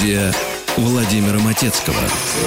Студия Владимира Матецкого.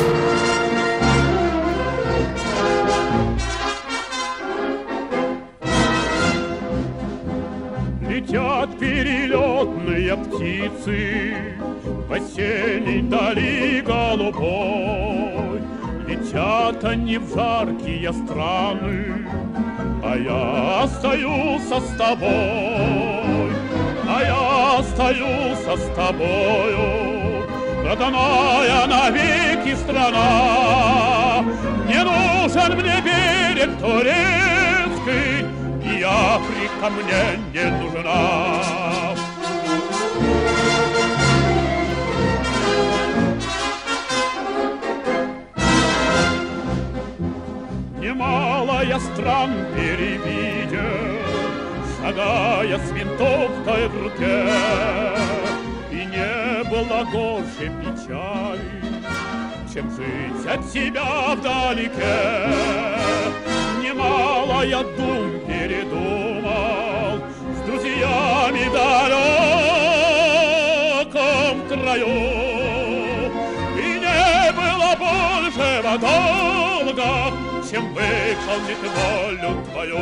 Летят перелетные птицы в осенней дали голубой. Летят они в жаркие страны, а я остаюсь с тобой. А я остаюсь с тобою, родная навеки страна. Не нужен мне берег турецкий, и Африка мне не нужна. Немало я стран перевидел, шагая с винтовкой в руке, и не было горше печали, чем жить от тебя вдалеке. Немало я дум передумал с друзьями в далеком краю, и не было большего долга, чем выполнить волю твою.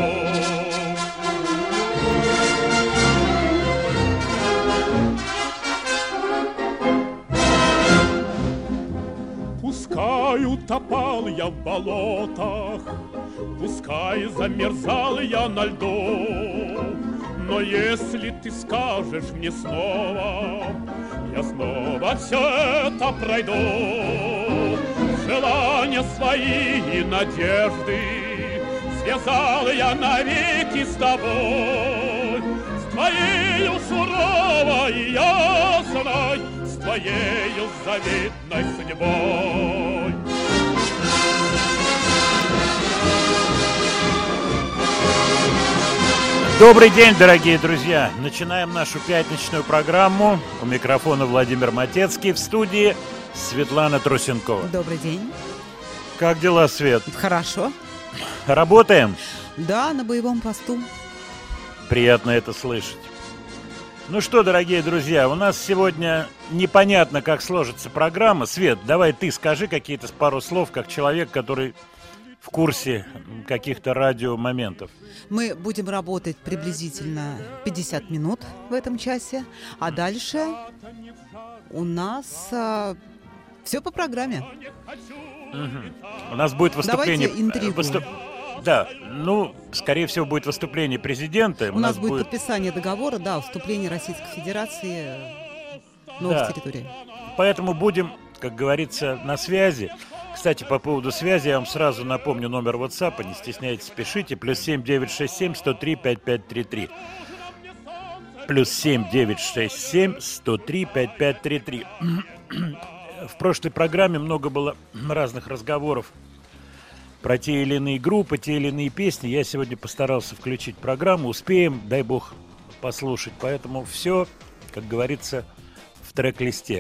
Пускай утопал я в болотах, пускай замерзал я на льду, но если ты скажешь мне снова, я снова все это пройду. Желания свои и надежды связал я навеки с тобой, с твоею суровой и ясной, с твоею завидной судьбой. Добрый день, дорогие друзья! Начинаем нашу пятничную программу. У микрофона Владимир Матецкий, в студии Светлана Трусенкова. Добрый день. Как дела, Свет? Хорошо. Работаем? Да, на боевом посту. Приятно это слышать. Ну что, дорогие друзья, у нас сегодня непонятно, как сложится программа. Свет, давай ты скажи какие-то пару слов, как человек, который в курсе каких-то радиомоментов. Мы будем работать приблизительно 50 минут в этом часе, а дальше у нас все по программе. У нас будет выступление. Давайте интригу. Да, ну, скорее всего, будет выступление президента. У нас будет подписание договора, да, вступление Российской Федерации в новых территориях. Поэтому будем, как говорится, на связи. Кстати, по поводу связи я вам сразу напомню номер WhatsApp, не стесняйтесь, пишите, +7 967 103 5533. +7 967 103 5533. В прошлой программе много было разных разговоров про те или иные группы, те или иные песни. Я сегодня постарался включить программу. Успеем, дай бог, послушать. Поэтому все, как говорится, в трек-листе.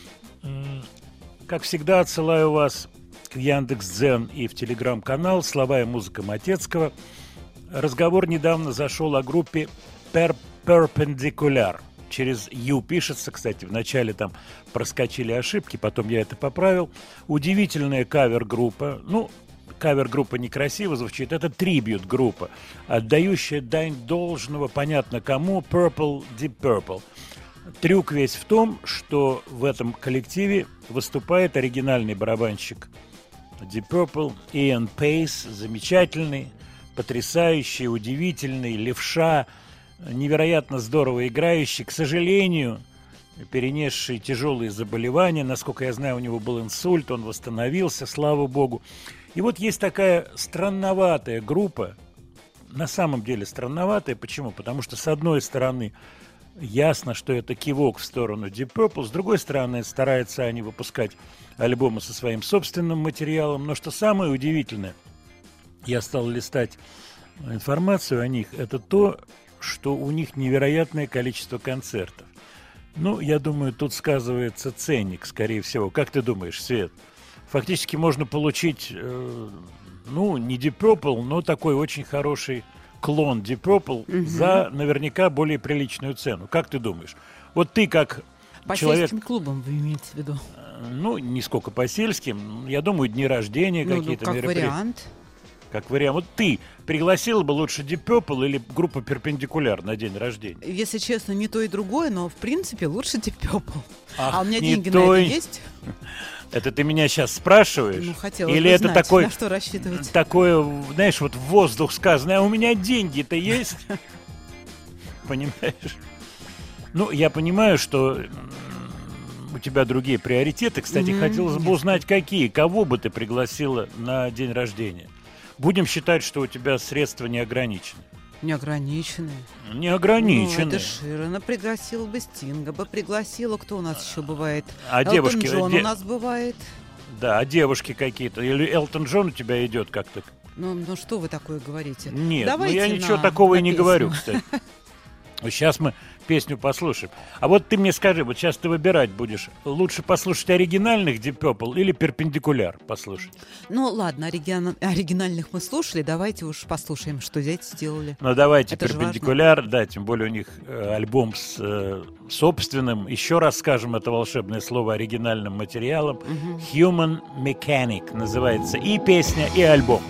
Как всегда, отсылаю вас в Яндекс.Дзен и в Телеграм-канал «Слова и музыка Матецкого». Разговор недавно зашел о группе Perpendicular. Через «Ю» пишется, кстати, вначале там проскочили ошибки, потом я это поправил. Удивительная кавер-группа. Ну, кавер-группа некрасиво звучит, это трибьют-группа, отдающая дань должного, понятно кому, Purple, Deep Purple. Трюк весь в том, что в этом коллективе выступает оригинальный барабанщик Deep Purple, Иэн Пейс, замечательный, потрясающий, удивительный, левша, невероятно здорово играющий, к сожалению, перенесший тяжелые заболевания. Насколько я знаю, у него был инсульт, он восстановился, слава богу. И вот есть такая странноватая группа, на самом деле странноватая. Почему? Потому что, с одной стороны, ясно, что это кивок в сторону Deep Purple, с другой стороны, стараются они выпускать альбомы со своим собственным материалом. Но что самое удивительное, я стал листать информацию о них, это то, что у них невероятное количество концертов. Ну, я думаю, тут сказывается ценник, скорее всего. Как ты думаешь, Свет? Фактически можно получить, не Deep Purple, но такой очень хороший клон Deep Purple за наверняка более приличную цену. Как ты думаешь? Вот ты как По человек... сельским клубам вы имеете в виду? Ну, не сколько по сельским. Я думаю, дни рождения какие-то как мероприятия. вариант. Как вариант. Вот ты пригласила бы лучше Deep Purple или группу Перпендикуляр на день рождения? Если честно, не то и другое, но в принципе лучше Deep Purple. Ах, А у меня не деньги то на это и- есть? Это ты меня сейчас спрашиваешь? Ну, хотелось Или бы это знать, такой, на что рассчитывать. такое, знаешь, вот в воздух сказано, а у меня деньги-то есть? Понимаешь? Ну, я понимаю, что у тебя другие приоритеты. Кстати, хотелось бы узнать, какие. Кого бы ты пригласила на день рождения? Будем считать, что у тебя средства не ограничены. Неограниченные. Не Ну, ограничены. это Ширана пригласила бы, Стинга бы пригласила. Кто у нас еще бывает? А Элтон девушки... Джон у нас бывает. Да, а девушки какие-то? Или Элтон Джон у тебя идет как-то? Ну что вы такое говорите? Нет, Давайте я ничего на- такого на и не песню. говорю, кстати. Сейчас мы песню послушаем. А вот ты мне скажи, вот сейчас ты выбирать будешь, лучше послушать оригинальных Deep Purple или Перпендикуляр послушать? Ну ладно, оригинальных мы слушали, давайте уж послушаем, что дети сделали. Ну давайте Это же Перпендикуляр, да, тем более у них альбом с собственным, еще раз скажем это волшебное слово, оригинальным материалом. Human Mechanic называется и песня, и альбом.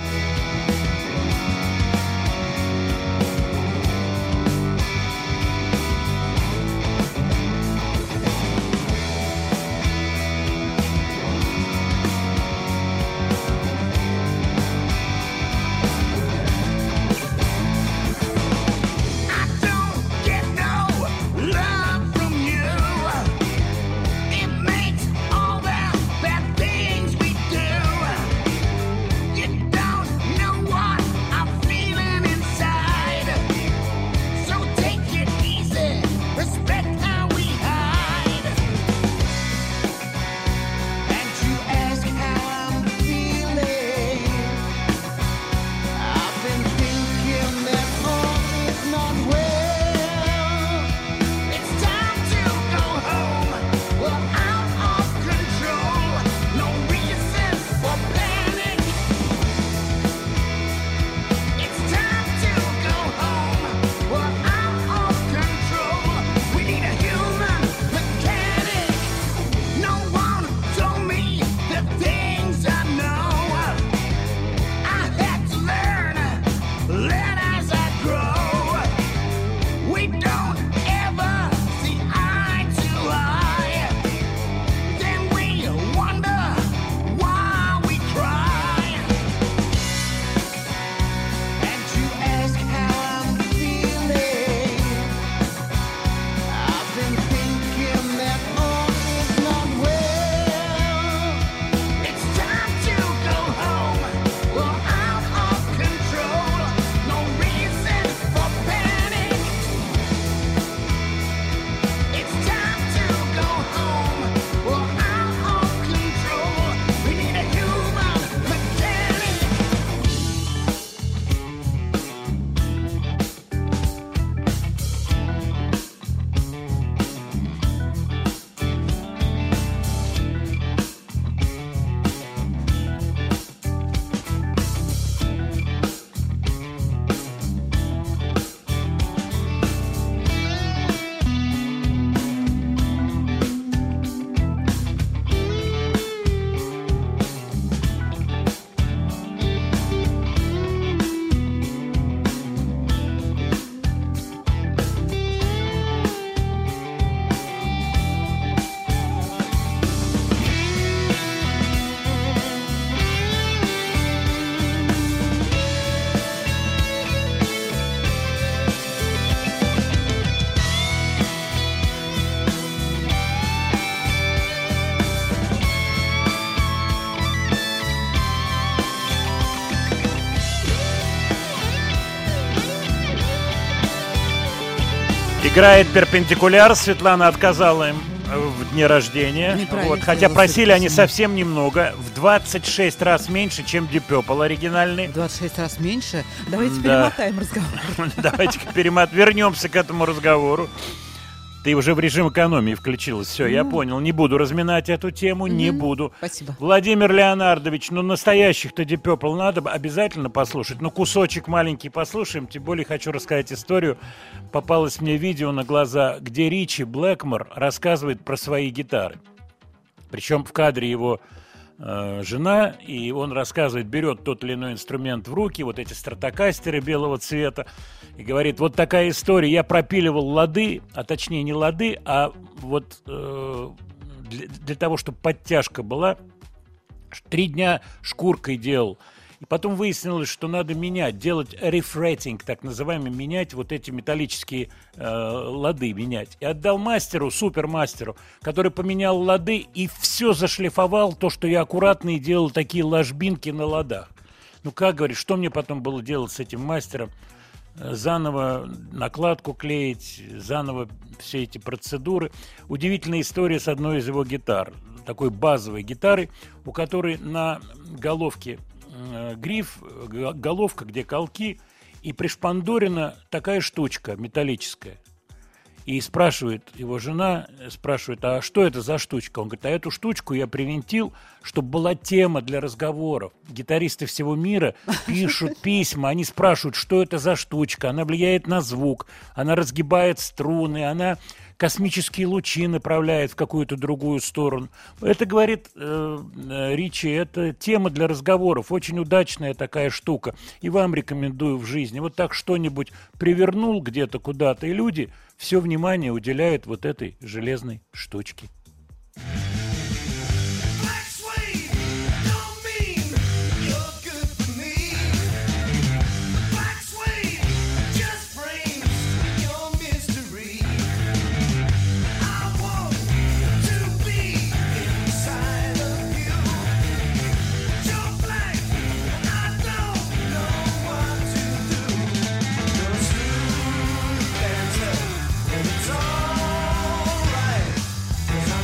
I don't get no love from you. It makes all the bad things we do. You don't know what I'm feeling inside. So take it easy, respect how we hide. And you ask how I'm feeling. I've been thinking that all is not well. It's time to go home. We're out of control. No reason for panic. It's time to go home. We're out of control. We need a human mechanic. No one told me the things I know. I had to learn as I grow. We don't ever see eye to eye. Then we wonder why we cry. And you ask how I'm feeling. I've been thinking that all is not well. It's time to go home. We're out of control. No reason for panic. It's time to go home. We're out of control. We need a human mechanic. Играет Перпендикуляр, Светлана отказала им в дне рождения. Неправильно Вот, хотя сделала, просили они Светлана. совсем немного, в 26 раз меньше, чем Deep Purple оригинальный. 26 раз меньше. Давайте Да. перемотаем разговор. Давайте вернемся к этому разговору. Ты уже в режим экономии включилась. Все, я понял. Не буду разминать эту тему, не буду. Спасибо. Владимир Леонардович, ну настоящих-то Deep Purple надо обязательно послушать. Ну кусочек маленький послушаем. Тем более хочу рассказать историю. Попалось мне видео на глаза, где Ричи Блэкмор рассказывает про свои гитары. Причем в кадре его жена, и он рассказывает, берет тот или иной инструмент в руки, вот эти стратокастеры белого цвета, и говорит, вот такая история, я пропиливал лады, а точнее не лады, а вот для того, чтобы подтяжка была, 3 дня шкуркой делал. И потом выяснилось, что надо менять, делать рефретинг, так называемый, менять вот эти металлические лады, менять. И отдал мастеру, супермастеру, который поменял лады и все зашлифовал, то, что я аккуратно и делал такие ложбинки на ладах. Ну как, говорит, что мне потом было делать с этим мастером? Заново накладку клеить, заново все эти процедуры. Удивительная история с одной из его гитар, такой базовой гитары, у которой на головке гриф, головка, где колки, и пришпандорена такая штучка металлическая. И спрашивает его жена, спрашивает, а что это за штучка? Он говорит, а эту штучку я привинтил, чтобы была тема для разговоров. Гитаристы всего мира пишут письма, они спрашивают, что это за штучка, она влияет на звук, она разгибает струны, она космические лучи направляет в какую-то другую сторону. Это, говорит Ричи, это тема для разговоров, очень удачная такая штука. И вам рекомендую в жизни. Вот так что-нибудь привернул где-то куда-то, и люди все внимание уделяют вот этой железной штучке. It's alright, 'cause I'm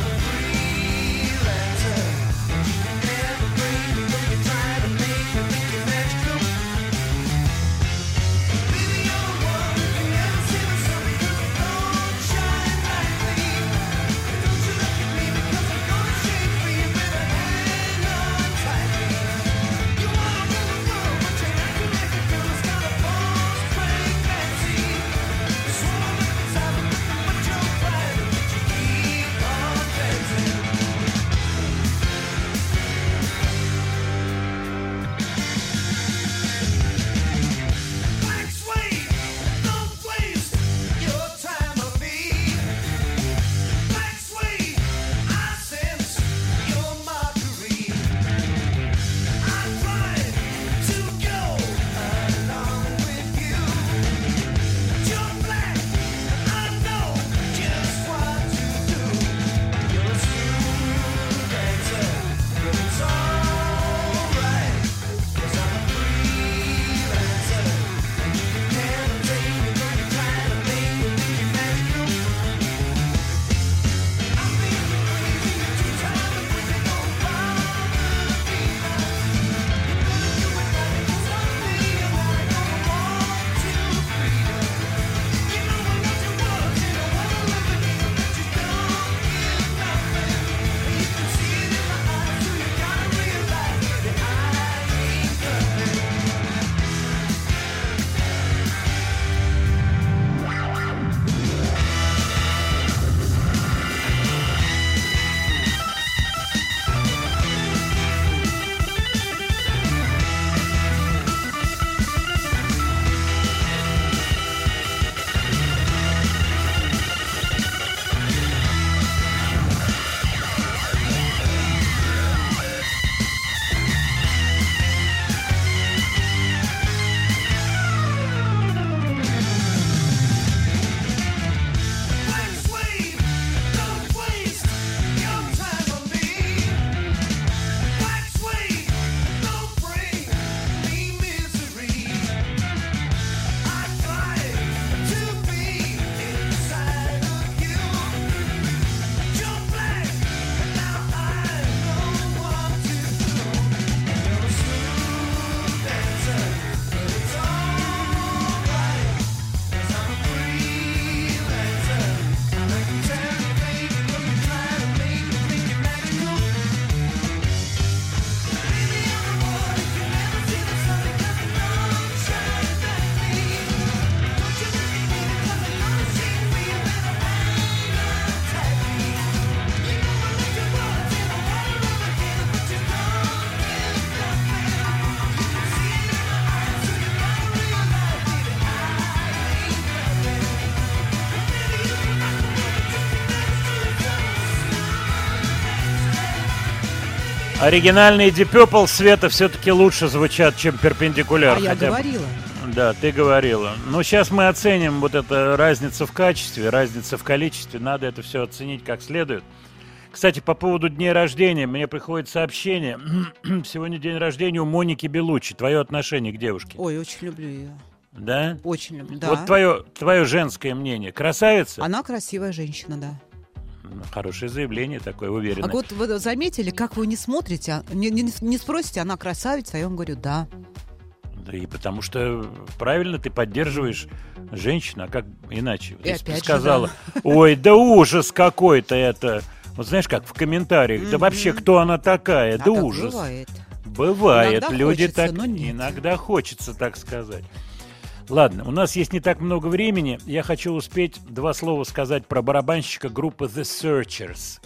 Оригинальные Deep Purple, Света, все-таки лучше звучат, чем перпендикуляр. А я хотя бы. говорила. Да, ты говорила. Но сейчас мы оценим вот это разницу в качестве, разница в количестве. Надо это все оценить как следует. Кстати, по поводу дней рождения, мне приходит сообщение. Сегодня день рождения у Моники Белуччи. Твое отношение к девушке. Ой, очень люблю ее. Да? Очень люблю, да. Вот твое женское мнение. Красавица? Она красивая женщина, да. Хорошее заявление такое, уверенное. А вот вы заметили, как вы не смотрите, не спросите, она красавица, а я вам говорю, да. Да и потому что правильно ты поддерживаешь женщину, а как иначе? И Если бы опять же, сказала, ой, да ужас какой-то это. Вот знаешь, как в комментариях, да вообще кто она такая, да так ужас. бывает. Бывает, Иногда люди хочется, так, но нет. иногда хочется так сказать. Ладно, у нас есть не так много времени. Я хочу успеть два слова сказать про барабанщика группы The Searchers.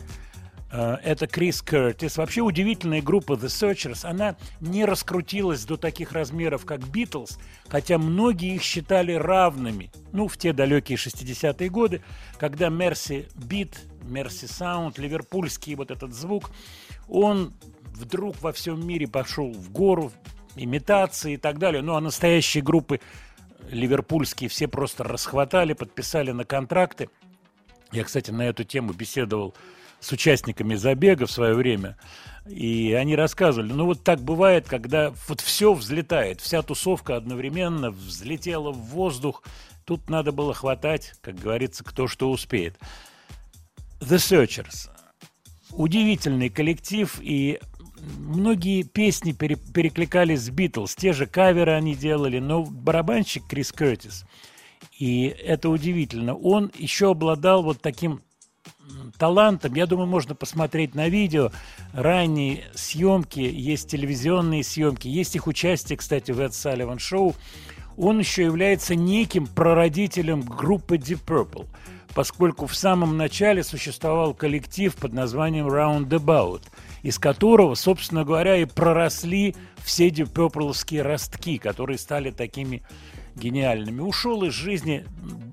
Это Крис Кертис. Вообще удивительная группа The Searchers. Она не раскрутилась до таких размеров, как Beatles, хотя многие их считали равными. Ну, в те далекие 60-е годы, когда Mercy Beat, Mercy Sound, ливерпульский вот этот звук, он вдруг во всем мире пошел в гору, имитации и так далее. Ну, а настоящие группы ливерпульские все просто расхватали, подписали на контракты. Я, кстати, на эту тему беседовал с участниками забега в свое время, и они рассказывали, ну вот так бывает, когда вот все взлетает, вся тусовка одновременно взлетела в воздух, тут надо было хватать, как говорится, кто что успеет. The Searchers. Удивительный коллектив, и многие песни перекликались с Beatles, те же каверы они делали, но барабанщик Крис Кертис, и это удивительно, он еще обладал вот таким талантом. Я думаю, можно посмотреть на видео. Ранние съемки, есть телевизионные съемки, есть их участие, кстати, в Эд Салливан Шоу. Он еще является неким прародителем группы Deep Purple, поскольку в самом начале существовал коллектив под названием Roundabout, из которого, собственно говоря, и проросли все Deep Purple-овские ростки, которые стали такими гениальными. Ушел из жизни,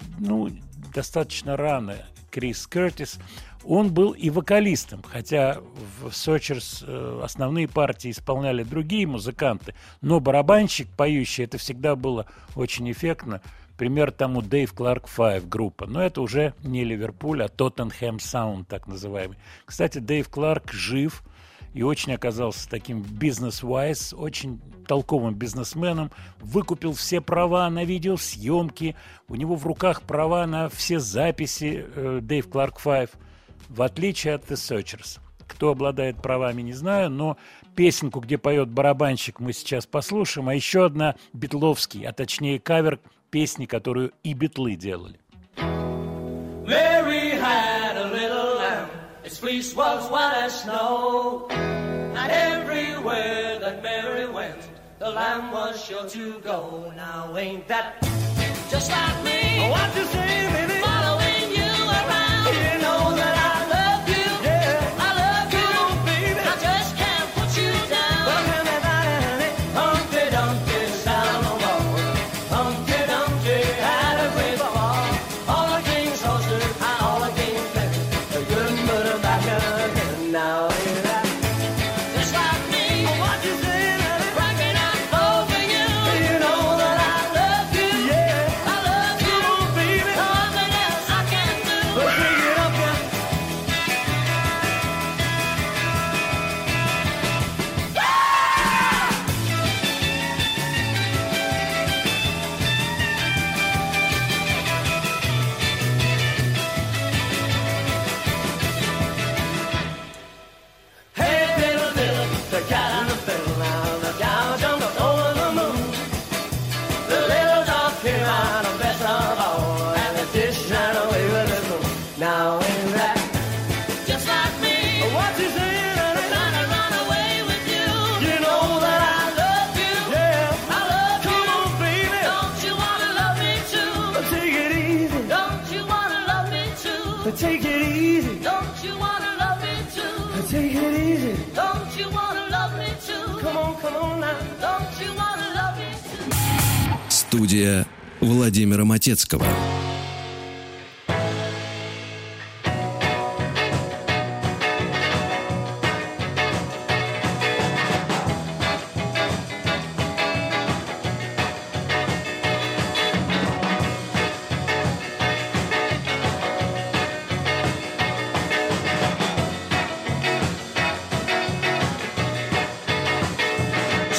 достаточно рано Крис Кертис. Он был и вокалистом, хотя в Searchers основные партии исполняли другие музыканты, но барабанщик, поющий, это всегда было очень эффектно. Пример тому Dave Clark Five группа. Но это уже не Ливерпуль, а Tottenham Sound, так называемый. Кстати, Дэйв Кларк жив и очень оказался таким бизнес-вайз, очень толковым бизнесменом, выкупил все права на видеосъемки, у него в руках права на все записи Dave Clark Five, в отличие от The Searchers. Кто обладает правами, не знаю, но песенку, где поет барабанщик, мы сейчас послушаем, а еще одна битловский, а точнее кавер песни, которую и битлы делали. Mary had a little lamb, its fleece was white as snow, and everywhere that Mary went, the lamb was sure to go. Now ain't that just like me? What you say, baby? Following you around. You know that I love you. Yeah, I love you. Come on, baby. I just can't put you down. But tell me about it, honey. Humpty Dumpty sat on the wall. Humpty Dumpty had a great fall. All the king's horses and all the king's men, they couldn't put him back again. Now ain't that just like me? What you say, honey? Breaking up over you. You know that I love you. Yeah, I love you. Come on, baby. Nothing else I can do. But pick it up, yeah. Hey, diddle, diddle, the cat and the fiddle. Now the cow jumped up over the moon. The little dog came out of best of all, and the dish ran away with the moon. Now ain't that just like me? What you saying, honey? Trying to run away with you. You know that I love you. Yeah, I love you. Come on, baby. Don't you wanna love me too? Take it easy. Don't you wanna love me too? Take it easy. Don't you wanna love me too? Take it easy. Don't you wanna love me too? Come on now. Don't you wanna love me too? Студия Владимира Матецкого.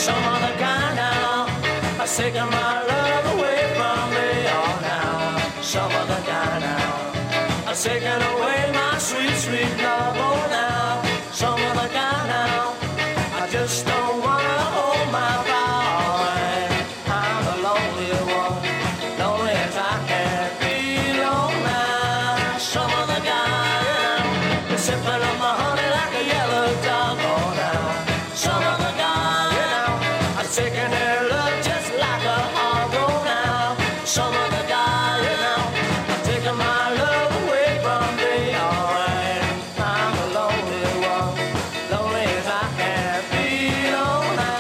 some other guy now has taken my love away from me. Oh, now some other guy now has taken away my sweet, sweet love. Oh, now some other guy now. I just don't wanna hold my power. I'm a lonely one, lonely as I can be. Oh, now some other guy now is sipping on my honey like a yellow dog. Oh, now some other guy now has taken their love just like a hog. Oh, now some other guy now has taken my love away from me. Oh, and I'm a lonely one, lonely as I can be. Oh, now.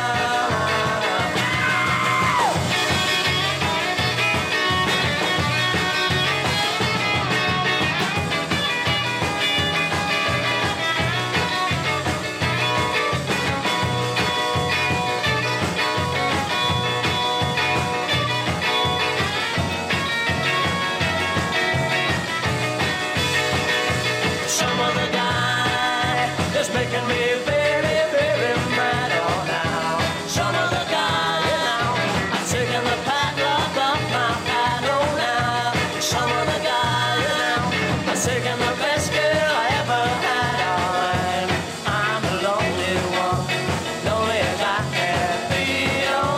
Some other guy is making me very, very mad. Oh, now some other guy now I've taken the padlock off my pad. Oh, now some other guy now I've taken the best girl I ever had. Oh, and I'm a lonely one, lonely as I can be. Oh,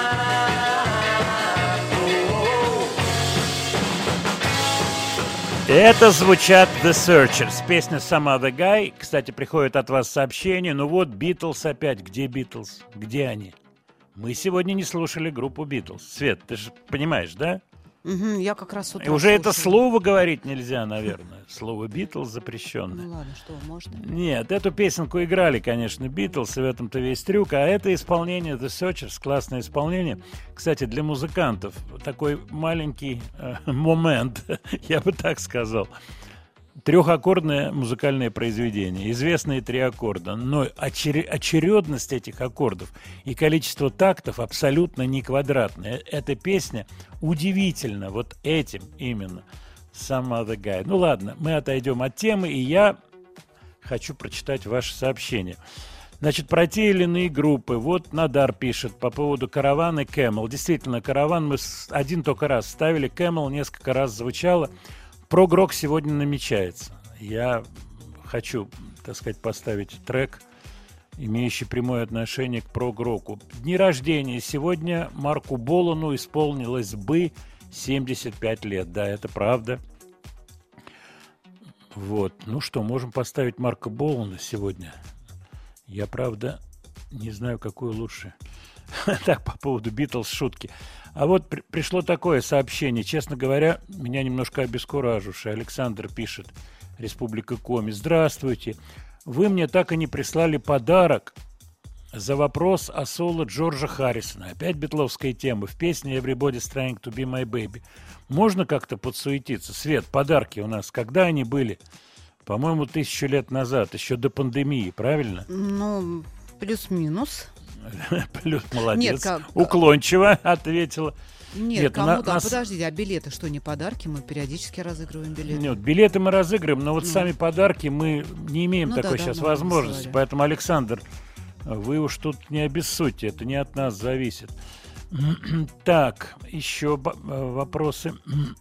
now. Это звучат The Searchers. Песня «Some Other Guy». Кстати, приходит от вас сообщение. Ну вот, Битлз опять. Где Битлз? Где они? Мы сегодня не слушали группу Битлз. Свет, ты же понимаешь, да? Мгм, я как раз с И утра уже это слушала. слово говорить нельзя, наверное. Слово Битлз запрещенное. Ну ладно, что, можно? Нет, эту песенку играли, конечно, Битлз, и в этом-то весь трюк. А это исполнение The Searchers, классное исполнение. Кстати, для музыкантов такой маленький момент, я бы так сказал. Трехаккордное музыкальное произведение, известные 3 аккорда, но очередность этих аккордов и количество тактов абсолютно не квадратное. Эта песня удивительна вот этим именно. Some Other Guy. Ну ладно, мы отойдем от темы, и я хочу прочитать ваше сообщение. Значит, про те или иные группы. Вот Надар пишет по поводу «Караван» и «Кэмел». Действительно, «Караван» мы один только раз ставили, «Кэмел» несколько раз звучало. Прогрок сегодня намечается. Я хочу, так сказать, поставить трек, имеющий прямое отношение к прогроку. Дни рождения. Сегодня Марку Болану исполнилось бы 75 лет. Да, это правда. Вот. Ну что, можем поставить Марка Болана сегодня. Я, правда, не знаю, какую лучше. Так, по поводу Битлз шутки. А вот пришло такое сообщение. Честно говоря, меня немножко обескуражившее. Александр пишет, Республика Коми. Здравствуйте. Вы мне так и не прислали подарок за вопрос о соло Джорджа Харрисона. Опять битловская тема. В песне «Everybody's trying to be my baby». Можно как-то подсуетиться? Свет, подарки у нас, когда они были? По-моему, 1000 лет назад, еще до пандемии, правильно? Ну, плюс-минус. Плюс, молодец. Нет, как- Уклончиво ответила. Нет, ну, кому-то. нас- Подождите, а билеты что, не подарки? Мы периодически разыгрываем билеты. Нет, билеты мы разыгрываем, но вот сами подарки мы не имеем Ну такой да, сейчас давно возможности. высылали. Поэтому, Александр, вы уж тут не обессудьте, это не от нас зависит. Так, еще вопросы.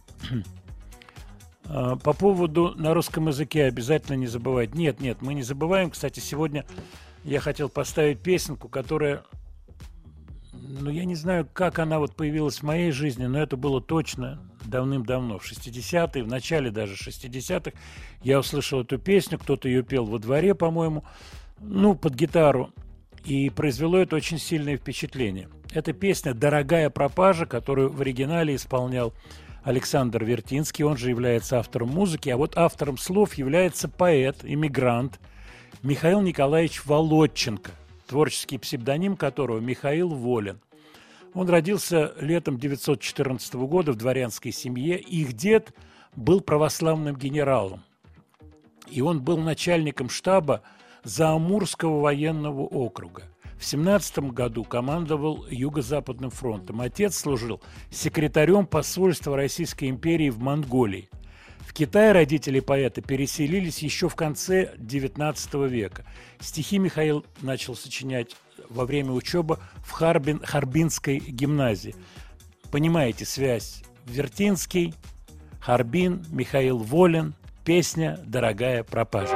По поводу на русском языке обязательно не забывать. Нет, мы не забываем. Кстати, сегодня я хотел поставить песенку, которая, ну, я не знаю, как она вот появилась в моей жизни, но это было точно давным-давно, в 60-е, в начале даже 60-х. Я услышал эту песню, кто-то ее пел во дворе, по-моему, ну, под гитару, и произвело это очень сильное впечатление. Это песня «Дорогая пропажа», которую в оригинале исполнял Александр Вертинский, он же является автором музыки, а вот автором слов является поэт, иммигрант Михаил Николаевич Володченко, творческий псевдоним которого Михаил Волин. Он родился летом 1914 года в дворянской семье. Их дед был православным генералом, и он был начальником штаба Заамурского военного округа. В 1917 году командовал Юго-Западным фронтом. Отец служил секретарем посольства Российской империи в Монголии. В Китае родители поэта переселились еще в конце XIX века. Стихи Михаил начал сочинять во время учебы в Харбинской гимназии. Понимаете связь? Вертинский, Харбин, Михаил Волин, песня «Дорогая пропажа».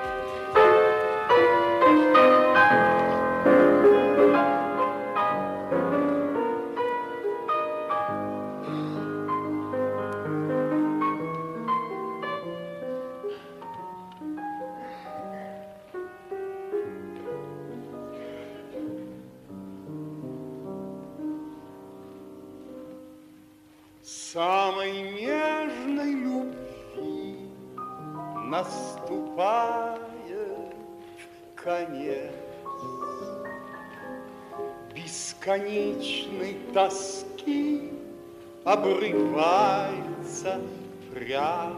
Самой нежной любви наступает конец, бесконечной тоски обрывается пряжа.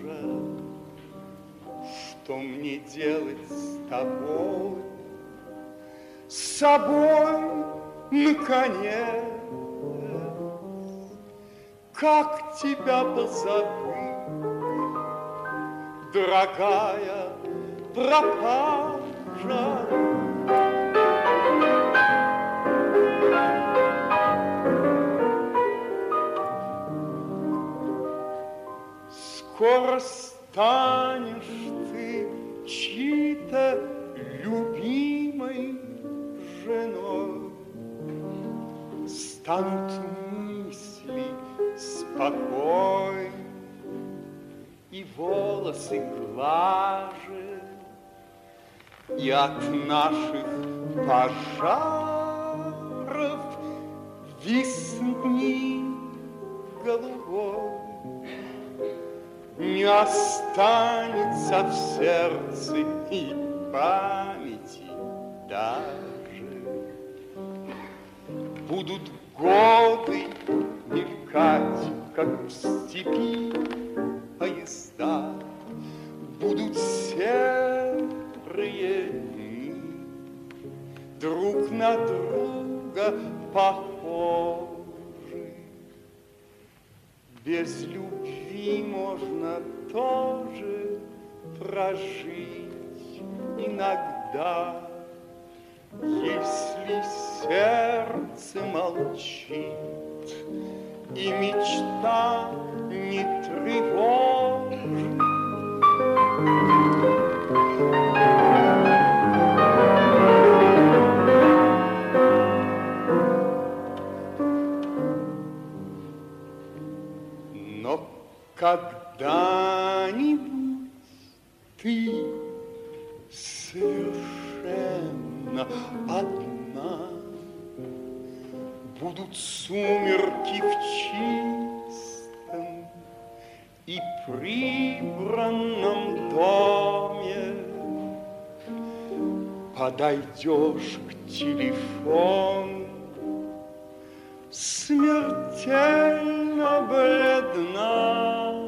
Что мне делать с тобой, с собой, наконец? Как тебя позабыть, дорогая пропажа? Скоро станешь ты чьей-то любимой женой, станут мысли спокой, и волосы глаже, и от наших пожаров весны голубой не останется в сердце и памяти даже. Будут годы мелькать, как в степи поезда, будут серые дни, друг на друга похожи. Без любви можно тоже прожить иногда, если сердце молчит и мечта не тревожит. Но когда-нибудь ты совершенно одна, будут сумерки в чистом и прибранном доме, подойдешь к телефону, смертельно бледна,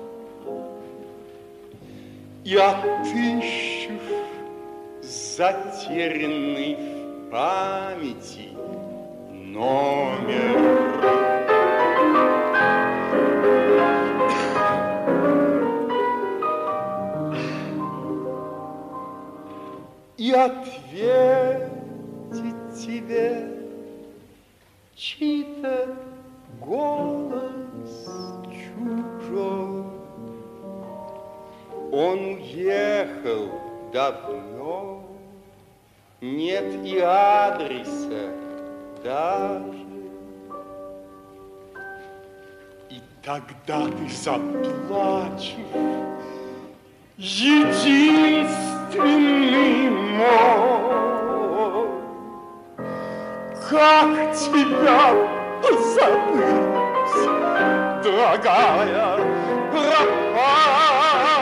и отыщешь затерянный в памяти номер. И ответит тебе чей-то голос чужой. Он уехал давно, нет и адреса даже. И тогда ты заплачешь, единственный мой. Как тебя забыть, дорогая пропажа?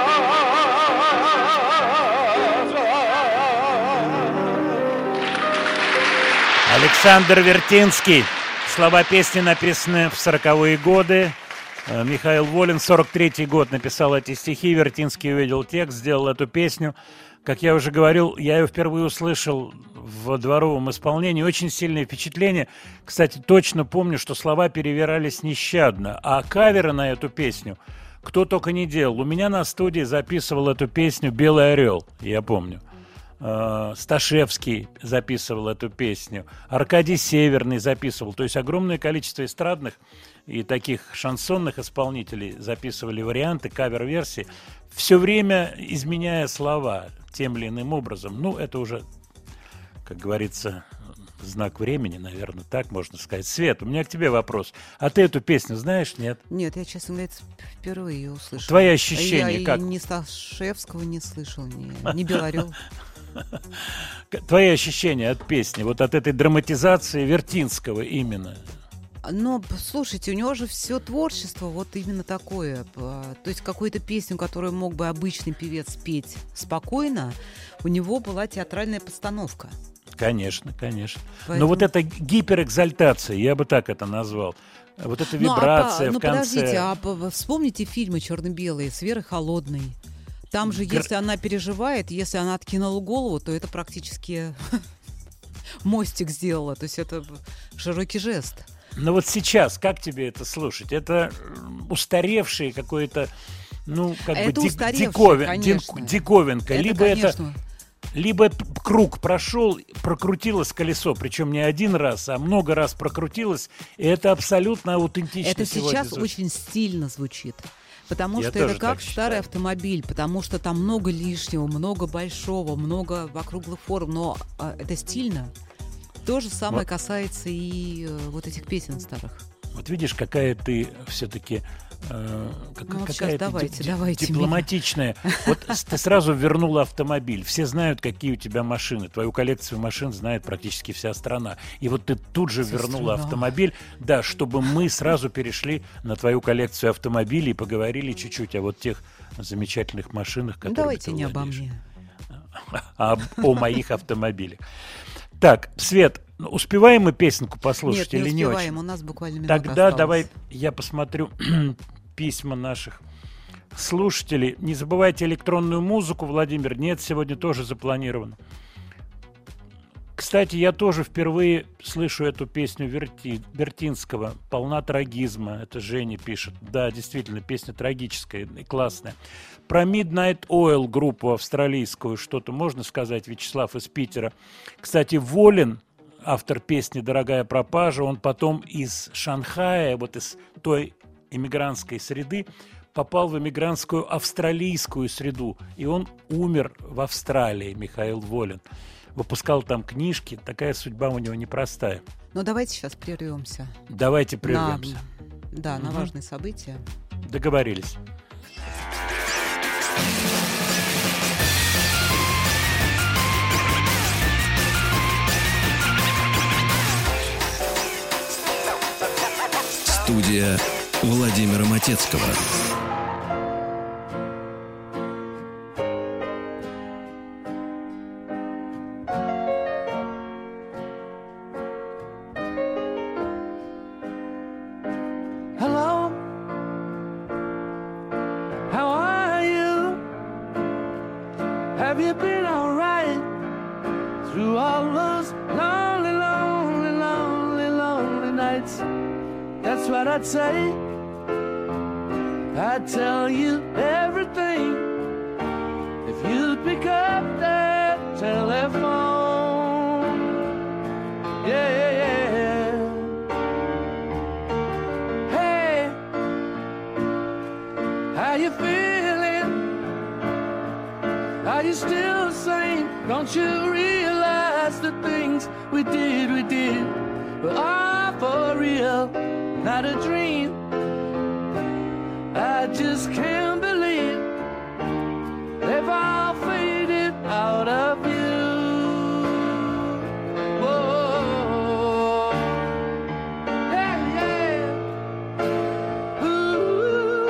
Александр Вертинский. Слова песни написаны в 40-е годы. Михаил Волин, 43-й год, написал эти стихи. Вертинский увидел текст, сделал эту песню. Как я уже говорил, я ее впервые услышал в дворовом исполнении. Очень сильное впечатление. Кстати, точно помню, что слова перевирались нещадно. А каверы на эту песню кто только не делал. У меня на студии записывал эту песню «Белый орел», я помню. Сташевский записывал эту песню, Аркадий Северный записывал. То есть огромное количество эстрадных и таких шансонных исполнителей записывали варианты, кавер-версии, все время изменяя слова тем или иным образом. Ну, это уже, как говорится, знак времени, наверное, так можно сказать. Свет, у меня к тебе вопрос. А ты эту песню знаешь, нет? Нет, я, честно говоря, впервые ее услышала. Твои ощущения я как? Я ни Сташевского не слышал, ни Беларёва. Твои ощущения от песни, вот от этой драматизации Вертинского именно? Но, слушайте, у него же все творчество вот именно такое. То есть какую-то песню, которую мог бы обычный певец петь спокойно, у него была театральная постановка. Конечно, конечно. Поэтому... Но вот эта гиперэкзальтация, я бы так это назвал. Вот эта вибрация в конце. Подождите, вспомните фильмы черно-белые с Верой Холодной. Там же, если она переживает, если она откинула голову, то это практически мостик сделала. То есть это широкий жест. Но вот сейчас, как тебе это слушать? Это устаревший какой-то, ну, как это бы диковинка. Это, либо конечно. Либо круг прошел, прокрутилось колесо, причем не один раз, а много раз прокрутилось, и это абсолютно аутентично. Это сегодня сейчас очень стильно звучит. Потому Я что тоже это как так старый считаю. автомобиль, потому что там много лишнего, много большого, много округлых форм, но это стильно. То же самое касается и вот этих песен старых. Вот видишь, какая ты все-таки какая давайте дипломатичная. Вот ты сразу вернула автомобиль. Все знают, какие у тебя машины. Твою коллекцию машин знает практически вся страна. И вот ты тут же вернула автомобиль, да, чтобы мы сразу перешли на твою коллекцию автомобилей и поговорили чуть-чуть о вот тех замечательных машинах, которые Давайте ты не обо владеешь. мне. А о моих автомобилях. Так, Свет, успеваем мы песенку послушать или не очень? Успеваем, у нас буквально минута Тогда осталась. давай я посмотрю письма наших слушателей. Не забывайте электронную музыку, Владимир. Нет, сегодня тоже запланировано. Кстати, я тоже впервые слышу эту песню Вертинского. Полна трагизма. Это Женя пишет. Да, действительно, песня трагическая и классная. Про Midnight Oil группу австралийскую что-то можно сказать, Вячеслав из Питера. Кстати, Волин, автор песни «Дорогая пропажа», он потом из Шанхая, вот из той эмигрантской среды, попал в эмигрантскую австралийскую среду. И он умер в Австралии, Михаил Волин. Выпускал там книжки. Такая судьба у него непростая. Ну, давайте сейчас прервемся. Давайте прервемся. На важные события. Договорились. Студия Владимира Матецкого. Hello, how are you? Have you been alright through all those lonely, lonely, lonely, lonely nights? That's what I'd say. I'd tell you everything if you'd pick up that telephone. Yeah, yeah. Hey, how you feeling? Are you still sane? Don't you realize the things we did were all for real, not a dream. I just can't believe they've all faded out of view. Whoa, yeah, yeah. Ooh,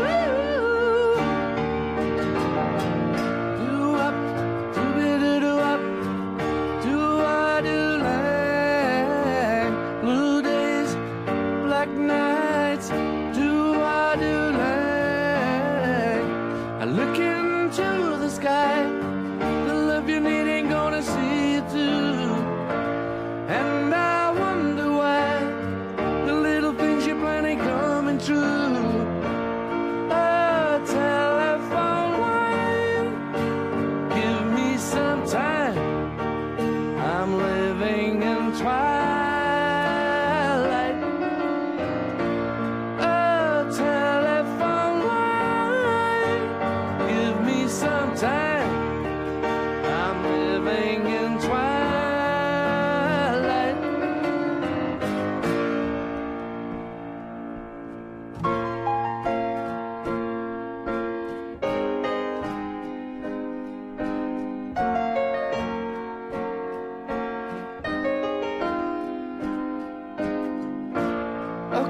do up, do up, do like blue days, black nights. Do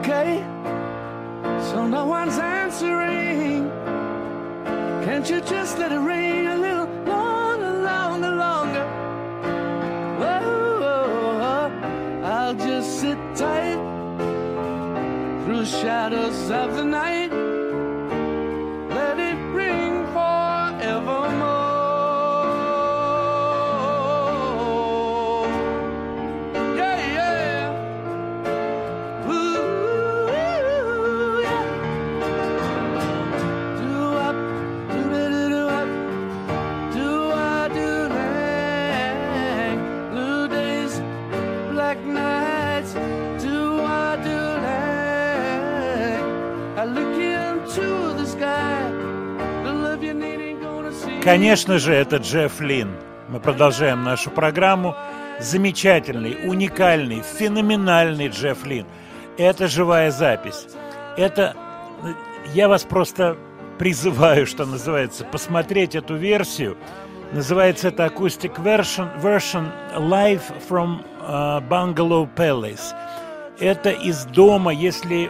okay? So no one's answering. Can't you just let it ring a little longer, longer, longer? Whoa, I'll just sit tight through the shadows of the night. Let it ring forevermore. Yeah, yeah. Ooh, yeah. Do-up, do-da-do-do-up, do-a-do-lang. Blue days, black nights, do-a-do-lang. I look into the sky. The love you need ain't gonna see. Конечно же, это Джефф Линн. Мы продолжаем нашу программу. Замечательный, уникальный, феноменальный Джефф Линн. Это живая запись. Это... Я вас просто призываю, что называется, посмотреть эту версию. Называется это Acoustic Version Live from Bungalow Palace. Это из дома, если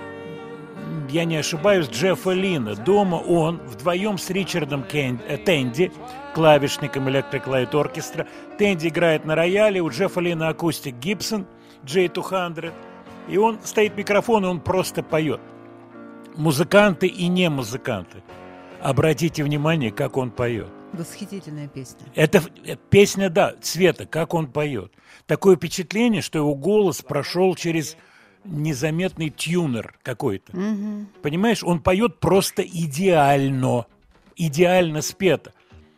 я не ошибаюсь, Джеффа Линна. Дома он вдвоем с Ричардом Тенди, клавишником Electric Light Orchestra. Тенди играет на рояле, у Джеффа Линна акустик Gibson J200. И он стоит микрофон, и он просто поет. Музыканты и не музыканты. Обратите внимание, как он поет. Восхитительная песня. Это песня, да, Света, как он поет. Такое впечатление, что его голос прошел через незаметный тюнер какой-то. Понимаешь, он поет просто идеально. Идеально спето.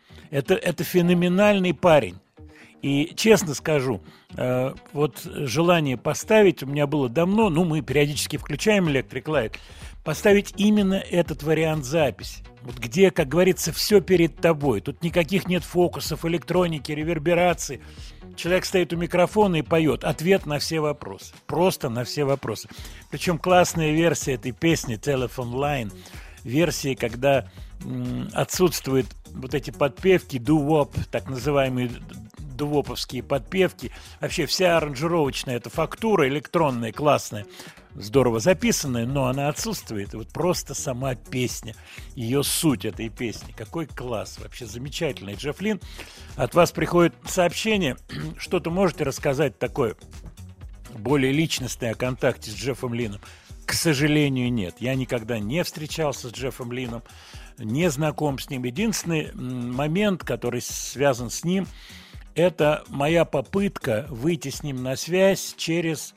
Это феноменальный парень. И честно скажу, вот желание поставить у меня было давно, мы периодически включаем Electric Light, поставить именно этот вариант записи. Вот где, как говорится, все перед тобой. Тут никаких нет фокусов, электроники, реверберации. Человек стоит у микрофона и поет. Ответ на все вопросы. Просто на все вопросы. Причем классная версия этой песни Telephone Line. Версии, когда отсутствуют вот эти подпевки, doo-wop, так называемые дуwoповские подпевки. Вообще вся аранжировочная эта фактура электронная, классная, здорово записанная, но она отсутствует. И вот просто сама песня, ее суть этой песни. Какой класс, вообще замечательный. Джефф Линн, от вас приходит сообщение, что-то можете рассказать такое более личностное о контакте с Джеффом Линном? К сожалению, нет. Я никогда не встречался с Джеффом Линном, не знаком с ним. Единственный момент, который связан с ним, это моя попытка выйти с ним на связь через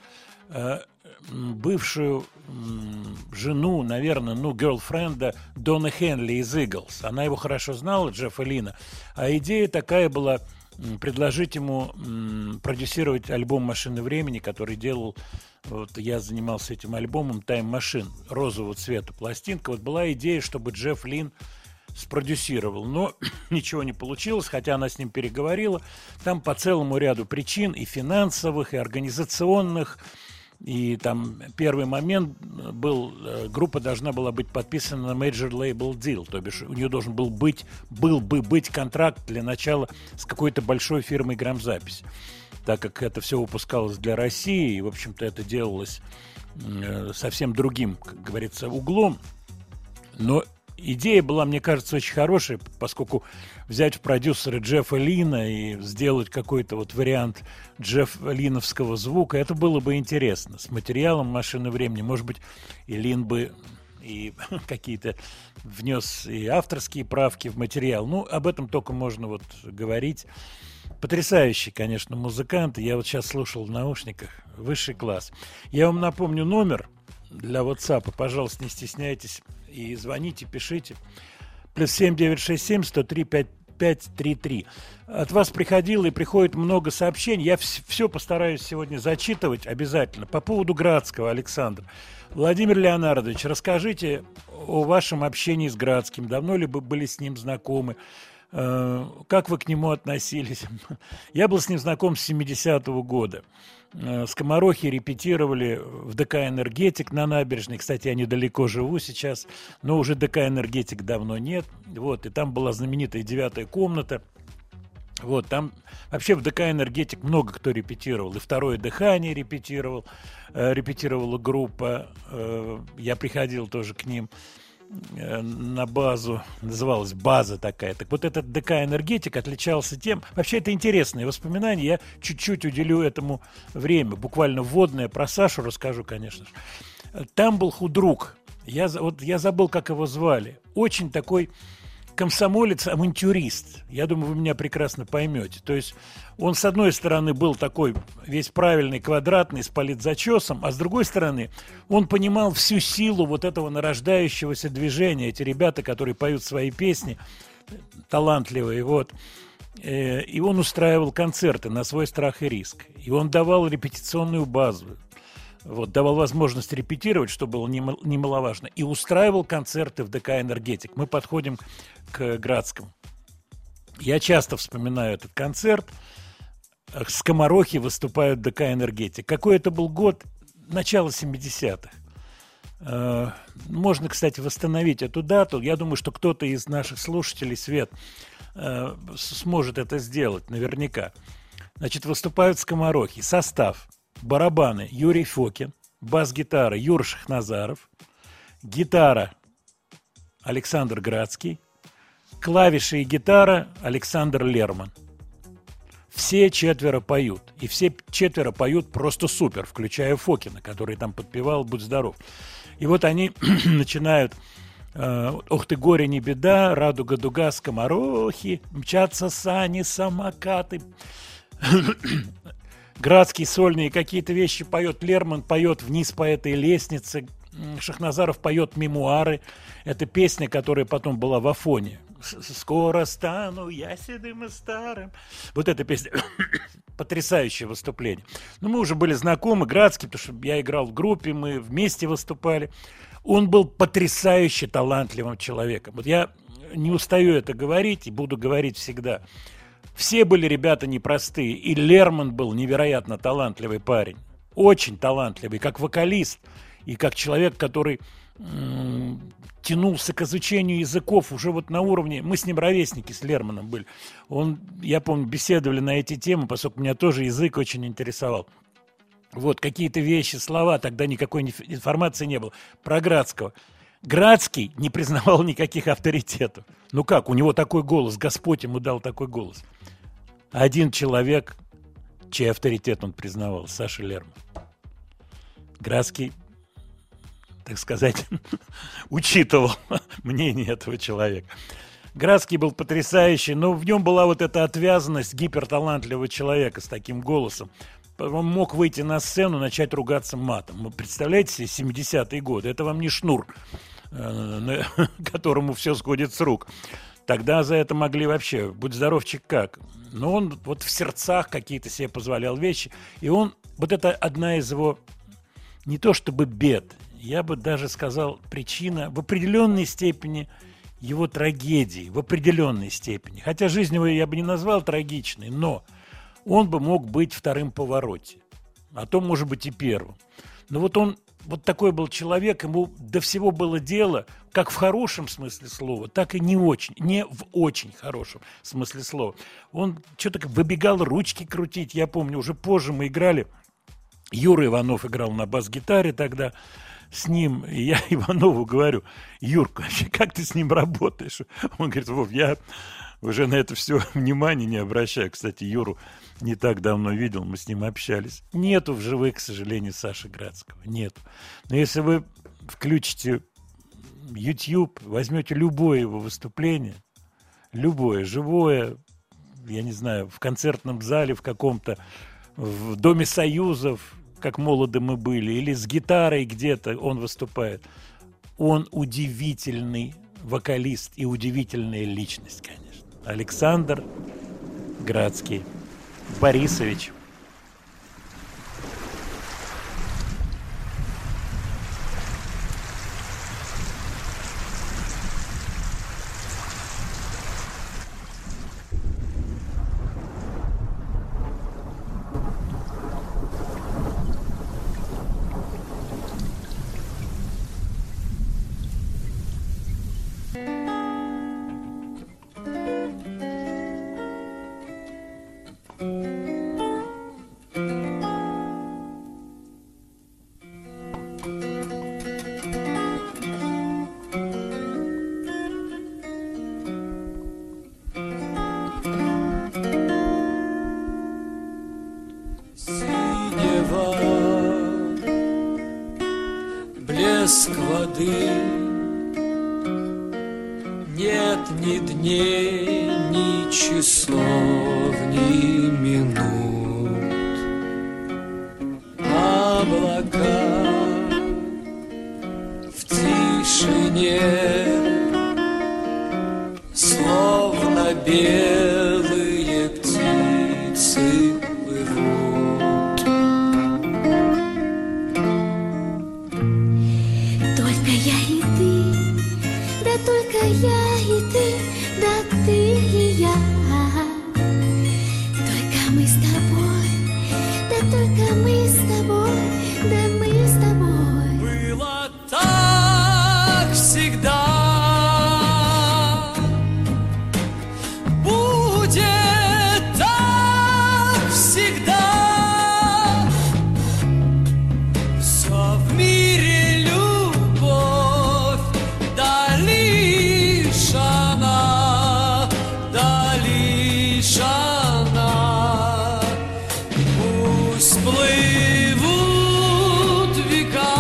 бывшую жену, наверное, герлфренда Дона Хенли из Eagles. Она его хорошо знала, Джеффа Линна. А идея такая была предложить ему продюсировать альбом «Машины времени», который делал, вот я занимался этим альбомом «Time Machine», розового цвета пластинка. Вот была идея, чтобы Джефф Линн спродюсировал, но ничего не получилось, хотя она с ним переговорила. Там по целому ряду причин, и финансовых, и организационных. И там первый момент был, группа должна была быть подписана на Major Label Deal, то бишь у нее должен был бы быть контракт для начала с какой-то большой фирмой грамзаписи. Так как это все выпускалось для России, и, в общем-то, это делалось совсем другим, как говорится, углом. Но идея была, мне кажется, очень хорошая, поскольку взять в продюсеры Джеффа Линна и сделать какой-то вот вариант Джеффа Линновского звука, это было бы интересно. С материалом «Машины времени», может быть, и Линн бы и какие-то внес и авторские правки в материал. Об этом только можно вот говорить. Потрясающий, конечно, музыкант. Я вот сейчас слушал в наушниках. Высший класс. Я вам напомню номер для WhatsApp. Пожалуйста, не стесняйтесь. И звоните, пишите. +7 967 103 5533. От вас приходило и приходит много сообщений. Я все постараюсь сегодня зачитывать обязательно. По поводу Градского, Александр. Владимир Леонардович, расскажите о вашем общении с Градским. Давно ли вы были с ним знакомы? Как вы к нему относились? Я был с ним знаком с 70-го года. Скоморохи репетировали в ДК «Энергетик» на набережной. Кстати, я недалеко живу сейчас, но уже ДК «Энергетик» давно нет. Вот, и там была знаменитая 9-я комната. Вот, там вообще в ДК «Энергетик» много кто репетировал. И «Второе дыхание» репетировала группа. Я приходил тоже к ним на базу, называлась «База» такая. Так вот этот ДК «Энергетик» отличался тем... Вообще это интересные воспоминания, я чуть-чуть уделю этому время. Буквально вводное про Сашу расскажу, конечно же. Там был худрук. Я забыл, как его звали. Очень такой комсомолец-авантюрист. Я думаю, вы меня прекрасно поймете. То есть он, с одной стороны, был такой весь правильный, квадратный, с политзачесом, а с другой стороны, он понимал всю силу вот этого нарождающегося движения. Эти ребята, которые поют свои песни, талантливые, вот. И он устраивал концерты на свой страх и риск. И он давал репетиционную базу. Вот, давал возможность репетировать, что было немаловажно, и устраивал концерты в ДК «Энергетик». Мы подходим к Градскому. Я часто вспоминаю этот концерт. Скоморохи выступают в ДК «Энергетик». Какой это был год? Начало 70-х. Можно, кстати, восстановить эту дату. Я думаю, что кто-то из наших слушателей, Свет, сможет это сделать наверняка. Значит, выступают скоморохи. Состав. Барабаны Юрий Фокин, бас-гитара Юра Шахназаров, гитара Александр Градский, клавиши и гитара Александр Лерман. Все четверо поют. И все четверо поют просто супер, включая Фокина, который там подпевал «Будь здоров». И вот они начинают: «Ох ты, горе, не беда, радуга, дуга, скоморохи, мчатся сани, самокаты». Градский сольные какие-то вещи поет, Лерман поет «Вниз по этой лестнице», Шахназаров поет «Мемуары». Это песня, которая потом была в Афоне. «Скоро стану я седым и старым». Вот эта песня. Потрясающее выступление. Но мы уже были знакомы, Градский, потому что я играл в группе, мы вместе выступали. Он был потрясающе талантливым человеком. Вот я не устаю это говорить и буду говорить всегда. Все были ребята непростые, и Лерман был невероятно талантливый парень, очень талантливый, как вокалист и как человек, который тянулся к изучению языков уже вот на уровне, мы с ним ровесники, с Лерманом были, я помню, беседовали на эти темы, поскольку меня тоже язык очень интересовал. Вот, какие-то вещи, слова, тогда никакой информации не было. Про Градского. Градский не признавал никаких авторитетов. Ну как, у него такой голос, Господь ему дал такой голос. Один человек, чей авторитет он признавал, Саша Лерман. Градский, так сказать, учитывал мнение этого человека. Градский был потрясающий, но в нем была вот эта отвязанность гиперталантливого человека с таким голосом. Он мог выйти на сцену, начать ругаться матом. Вы представляете себе 70-е годы? Это вам не Шнур, которому все сходит с рук. Тогда за это могли вообще, будь здоровчик как. Но он вот в сердцах какие-то себе позволял вещи. И он, вот это одна из его, не то чтобы бед, я бы даже сказал, причина в определенной степени его трагедии, в определенной степени. Хотя жизнь его я бы не назвал трагичной, но он бы мог быть вторым Паваротти, а то, может быть, и первым. Но вот он вот такой был человек, ему до всего было дело, как в хорошем смысле слова, так и не в очень хорошем смысле слова. Он что-то выбегал ручки крутить, я помню, уже позже мы играли, Юра Иванов играл на бас-гитаре тогда с ним, и я Иванову говорю: Юрка, вообще, как ты с ним работаешь? Он говорит: Вов, я уже на это все внимание не обращаю. Кстати, Юру не так давно видел, мы с ним общались. Нету в живых, к сожалению, Саши Градского. Нету. Но если вы включите YouTube, возьмете любое его выступление, любое, живое, я не знаю, в концертном зале в каком-то, в Доме Союзов, как молоды мы были, или с гитарой где-то он выступает. Он удивительный вокалист и удивительная личность, конечно. Александр Градский Борисович. плеск воды. Нет ни дней, ни часов, ни минут. Облака в тишине, словно белые птицы плывут. Только я и ты, да только я и ты, да ты и я. Только мы с тобой, да только мы с тобой, да мы с тобой. Было так всегда, будет так всегда. Все в мире любовь, да лишь она, да лишь она. Пусть плывут века,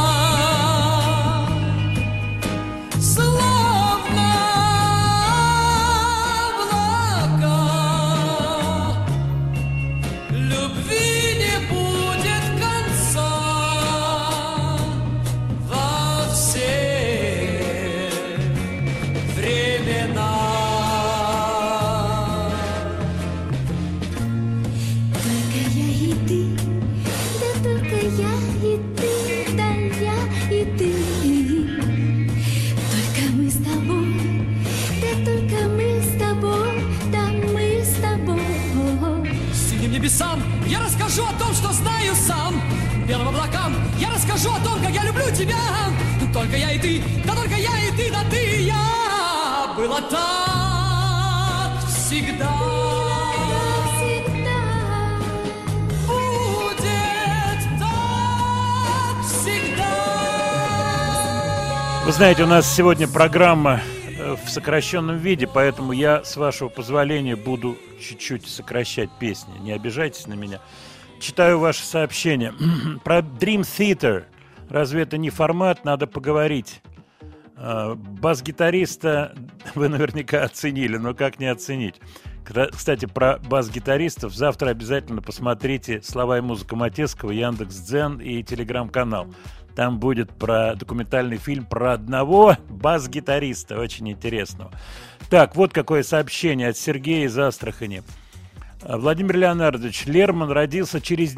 словно облака. Любви не будет конца во все времена. Только я и ты, да только я и ты, да я и ты. Только мы с тобой, да только мы с тобой, да мы с тобой. Синим небесам я расскажу о том, что знаю сам. Белым облакам я расскажу о том, как я люблю тебя. Только я и ты, да только я и ты, да ты и я. Было так всегда. Будет так всегда. Вы знаете, у нас сегодня программа в сокращенном виде, поэтому я, с вашего позволения, буду чуть-чуть сокращать песни. Не обижайтесь на меня. Читаю ваши сообщения. Про Dream Theater. Разве это не формат? Надо поговорить. Бас-гитариста вы наверняка оценили, но как не оценить? Кстати, про бас-гитаристов завтра обязательно посмотрите «Слова и музыка» Матецкого, Яндекс.Дзен и Телеграм-канал. Там будет документальный фильм про одного бас-гитариста, очень интересного. Так, вот какое сообщение от Сергея из Астрахани. Владимир Леонардович, Лерман родился через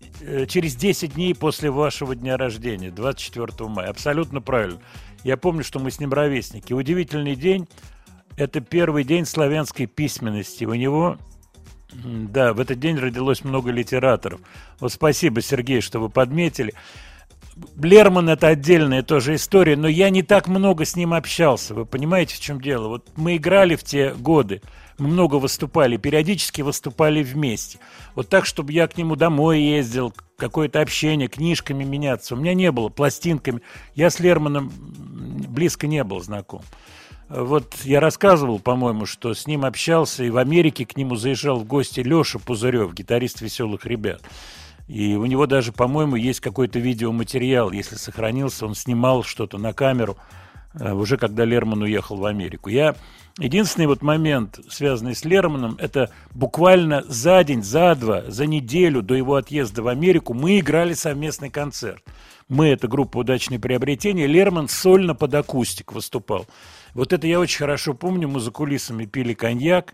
10 дней после вашего дня рождения, 24 мая. Абсолютно правильно. Я помню, что мы с ним ровесники. Удивительный день. Это первый день славянской письменности. У него, да, в этот день родилось много литераторов. Вот спасибо, Сергей, что вы подметили. Лерман — это отдельная тоже история, но я не так много с ним общался. Вы понимаете, в чем дело? Вот мы играли в те годы, мы много выступали, периодически выступали вместе. Вот так, чтобы я к нему домой ездил, какое-то общение, книжками меняться. У меня не было, пластинками. Я с Лерманом близко не был знаком. Вот я рассказывал, по-моему, что с ним общался, и в Америке к нему заезжал в гости Леша Пузырев, гитарист «Веселых ребят». И у него даже, по-моему, есть какой-то видеоматериал, если сохранился, он снимал что-то на камеру, уже когда Лерман уехал в Америку. Единственный вот момент, связанный с Лерманом, это буквально за день, за два, за неделю до его отъезда в Америку мы играли совместный концерт. Мы, это группа «Удачные приобретения», Лерман сольно под акустик выступал. Вот это я очень хорошо помню, мы за кулисами пили коньяк.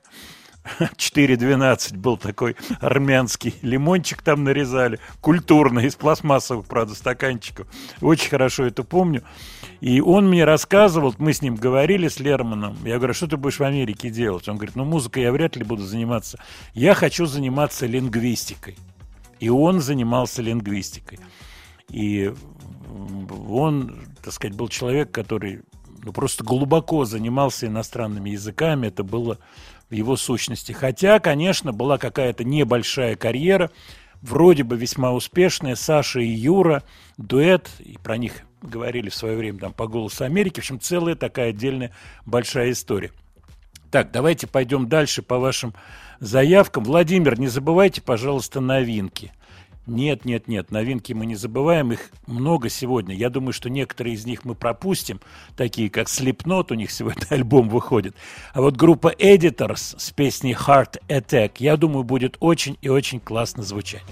4,12 был такой армянский лимончик там нарезали, культурно, из пластмассовых, правда, стаканчиков. Очень хорошо это помню. И он мне рассказывал, мы с ним говорили, с Лерманом, я говорю, что ты будешь в Америке делать? Он говорит, музыкой я вряд ли буду заниматься, я хочу заниматься лингвистикой. И он занимался лингвистикой. И он, так сказать, был человек, который просто глубоко занимался иностранными языками, это было в его сущности. Хотя, конечно, была какая-то небольшая карьера, вроде бы весьма успешная, Саша и Юра, дуэт, и про них говорили в свое время там по «Голосу Америки», в общем, целая такая отдельная большая история. Так, давайте пойдем дальше по вашим заявкам. Владимир, не забывайте, пожалуйста, новинки. Нет, новинки мы не забываем, их много сегодня. Я думаю, что некоторые из них мы пропустим, такие как Slipknot, у них сегодня альбом выходит. А вот группа Editors с песней Heart Attack, я думаю, будет очень и очень классно звучать.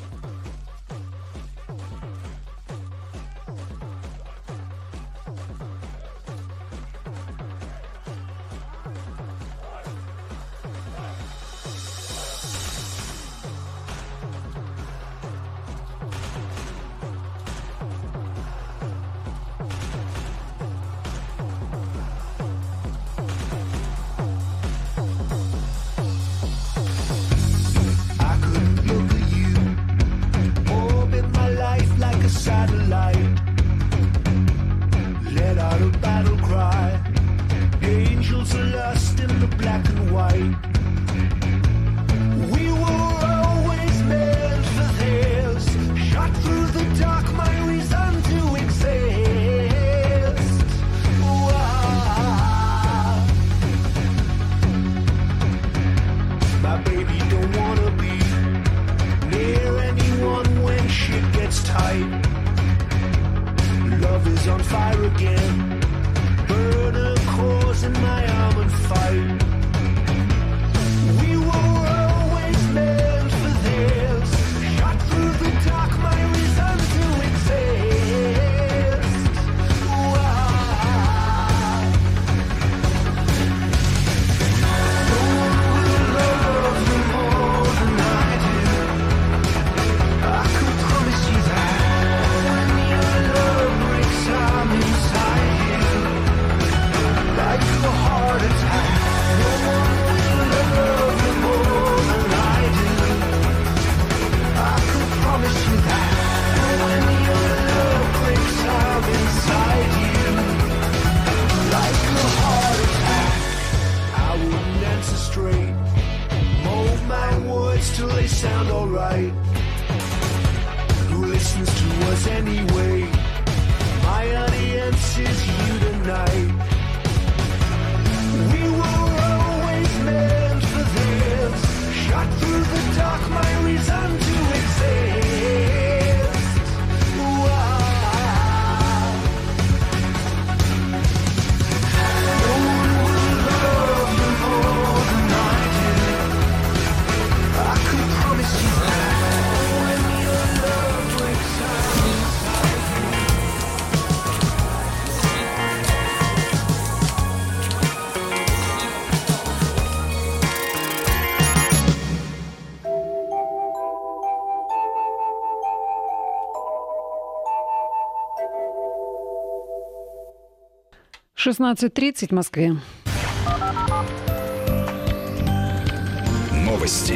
— 16:30 в Москве. Новости.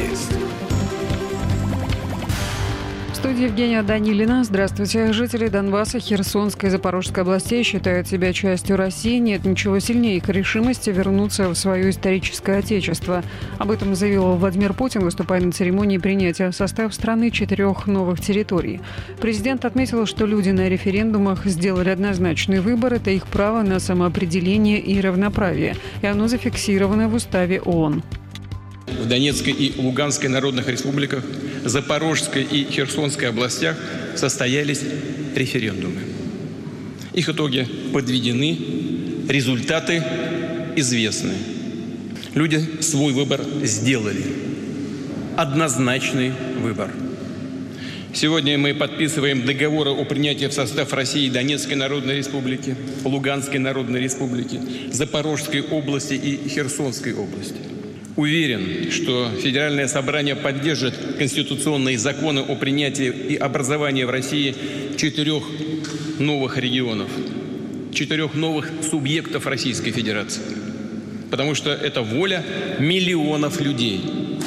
В студии Евгения Данилина. Здравствуйте. Жители Донбасса, Херсонской и Запорожской областей считают себя частью России. Нет ничего сильнее их решимости вернуться в свое историческое отечество. Об этом заявил Владимир Путин, выступая на церемонии принятия в состав страны 4 новых территорий. Президент отметил, что люди на референдумах сделали однозначный выбор. Это их право на самоопределение и равноправие. И оно зафиксировано в Уставе ООН. В Донецкой и Луганской народных республиках, Запорожской и Херсонской областях состоялись референдумы. Их итоги подведены, результаты известны. Люди свой выбор сделали. Однозначный выбор. Сегодня мы подписываем договоры о принятии в состав России Донецкой Народной Республики, Луганской Народной Республики, Запорожской области и Херсонской области. Уверен, что Федеральное собрание поддержит конституционные законы о принятии и образовании в России 4 новых регионов, 4 новых субъектов Российской Федерации. Потому что это воля миллионов людей.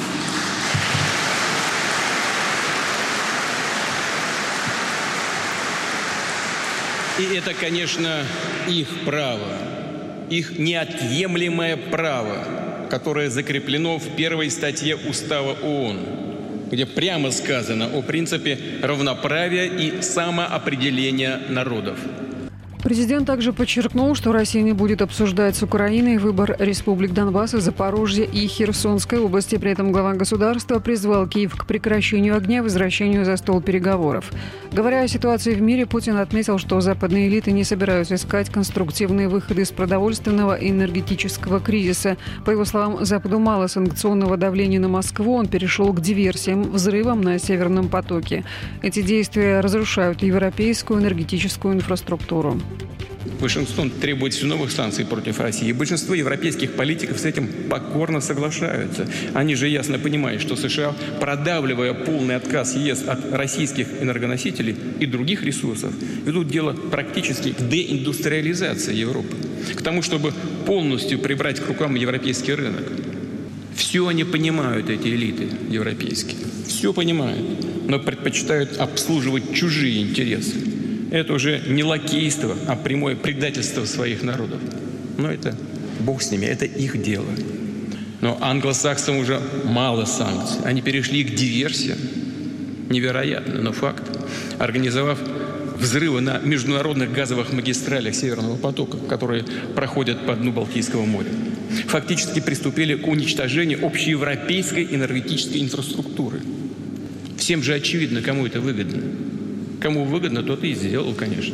И это, конечно, их право, их неотъемлемое право, которое закреплено в 1 статье Устава ООН, где прямо сказано о принципе равноправия и самоопределения народов. Президент также подчеркнул, что Россия не будет обсуждать с Украиной выбор республик Донбасса, Запорожья и Херсонской области. При этом глава государства призвал Киев к прекращению огня и возвращению за стол переговоров. Говоря о ситуации в мире, Путин отметил, что западные элиты не собираются искать конструктивные выходы из продовольственного и энергетического кризиса. По его словам, Западу мало санкционного давления на Москву, он перешел к диверсиям, взрывам на Северном потоке. Эти действия разрушают европейскую энергетическую инфраструктуру. Вашингтон требует все новых санкций против России. И большинство европейских политиков с этим покорно соглашаются. Они же ясно понимают, что США, продавливая полный отказ ЕС от российских энергоносителей и других ресурсов, ведут дело практически к деиндустриализации Европы. К тому, чтобы полностью прибрать к рукам европейский рынок. Все они понимают, эти элиты европейские. Все понимают, но предпочитают обслуживать чужие интересы. Это уже не лакейство, а прямое предательство своих народов. Но это бог с ними, это их дело. Но англосаксам уже мало санкций. Они перешли к диверсиям. Невероятно, но факт. Организовав взрывы на международных газовых магистралях Северного потока, которые проходят по дну Балтийского моря, фактически приступили к уничтожению общеевропейской энергетической инфраструктуры. Всем же очевидно, кому это выгодно. Кому выгодно, тот и сделал, конечно.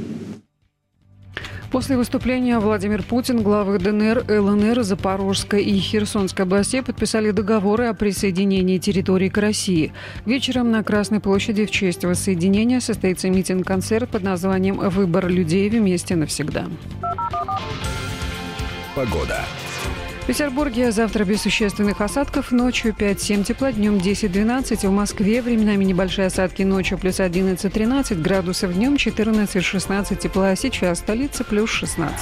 После выступления Владимир Путин, главы ДНР, ЛНР, Запорожской и Херсонской областей подписали договоры о присоединении территорий к России. Вечером на Красной площади в честь воссоединения состоится митинг-концерт под названием «Выбор людей вместе навсегда». Погода. В Петербурге завтра без существенных осадков, ночью 5-7 тепла, днем 10-12. В Москве временами небольшие осадки, ночью плюс 11-13 градусов, днем 14-16 тепла, а сейчас столица плюс 16.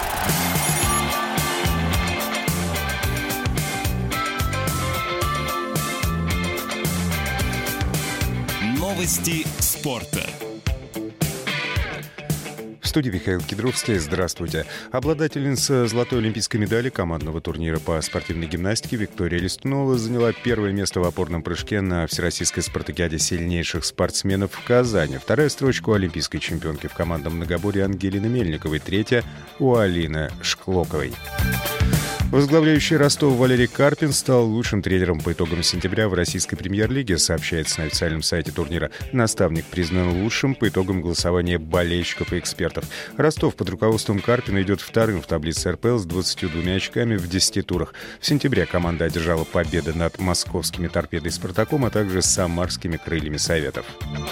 Новости спорта. В студии Михаил Кедровский. Здравствуйте. Обладательница золотой олимпийской медали командного турнира по спортивной гимнастике Виктория Листунова заняла первое место в опорном прыжке на Всероссийской спартакиаде сильнейших спортсменов в Казани. Вторая строчка у олимпийской чемпионки в командном многоборье Ангелины Мельниковой. Третья у Алины Шклоковой. Возглавляющий Ростов Валерий Карпин стал лучшим тренером по итогам сентября в российской премьер-лиге, сообщается на официальном сайте турнира. Наставник признан лучшим по итогам голосования болельщиков и экспертов. Ростов под руководством Карпина идет вторым в таблице РПЛ с 22 очками в 10 турах. В сентябре команда одержала победы над московскими «Торпедой» и «Спартаком», а также самарскими «Крыльями Советов».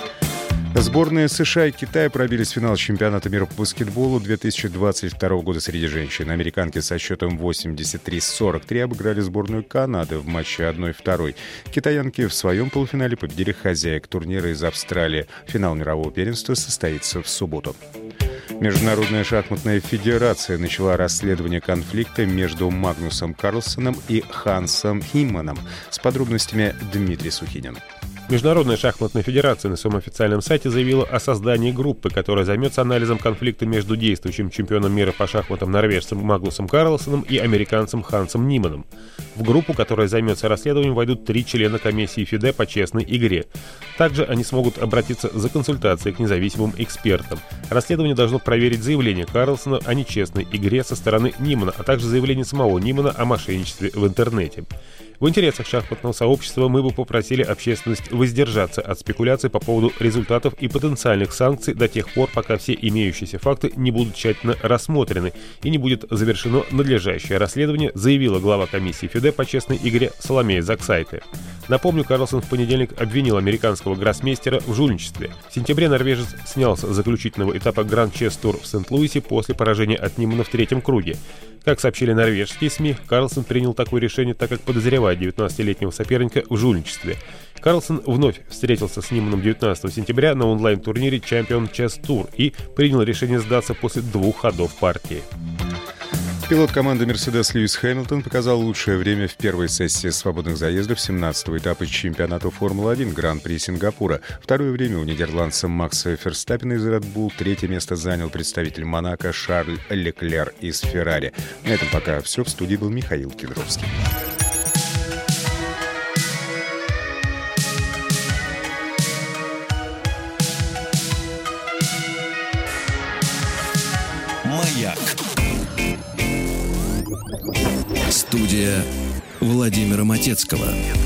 Сборные США и Китая пробились в финал чемпионата мира по баскетболу 2022 года среди женщин. Американки со счетом 83-43 обыграли сборную Канады в матче 1-2. Китаянки в своем полуфинале победили хозяек турнира из Австралии. Финал мирового первенства состоится в субботу. Международная шахматная федерация начала расследование конфликта между Магнусом Карлсеном и Хансом Химманом. С подробностями Дмитрий Сухинин. Международная шахматная федерация на своем официальном сайте заявила о создании группы, которая займется анализом конфликта между действующим чемпионом мира по шахматам норвежцем Магнусом Карлсеном и американцем Хансом Ниманом. В группу, которая займется расследованием, войдут 3 члена комиссии ФИДЕ по честной игре. Также они смогут обратиться за консультацией к независимым экспертам. Расследование должно проверить заявление Карлсена о нечестной игре со стороны Нимана, а также заявление самого Нимана о мошенничестве в интернете. В интересах шахматного сообщества мы бы попросили общественность воздержаться от спекуляций по поводу результатов и потенциальных санкций до тех пор, пока все имеющиеся факты не будут тщательно рассмотрены и не будет завершено надлежащее расследование, заявила глава комиссии ФИДЕ по честной игре Соломея Заксайте. Напомню, Карлсен в понедельник обвинил американского гроссмейстера в жульничестве. В сентябре норвежец снялся с заключительного этапа Гранд Чес Тур в Сент-Луисе после поражения от Нимана в третьем круге. Как сообщили норвежские СМИ, Карлсен принял такое решение, так как подозревает 19-летнего соперника в жульничестве. Карлсен вновь встретился с Ниманом 19 сентября на онлайн-турнире Champion Chess Tour и принял решение сдаться после 2 ходов партии. Пилот команды «Мерседес» Льюис Хэмилтон показал лучшее время в первой сессии свободных заездов 17-го этапа чемпионата Формулы-1 Гран-при Сингапура. Второе время у нидерландца Макса Ферстаппена из Red Bull. Третье место занял представитель Монако Шарль Леклер из Феррари. На этом пока все. В студии был Михаил Кедровский. «Маяк». Студия Владимира Матецкого.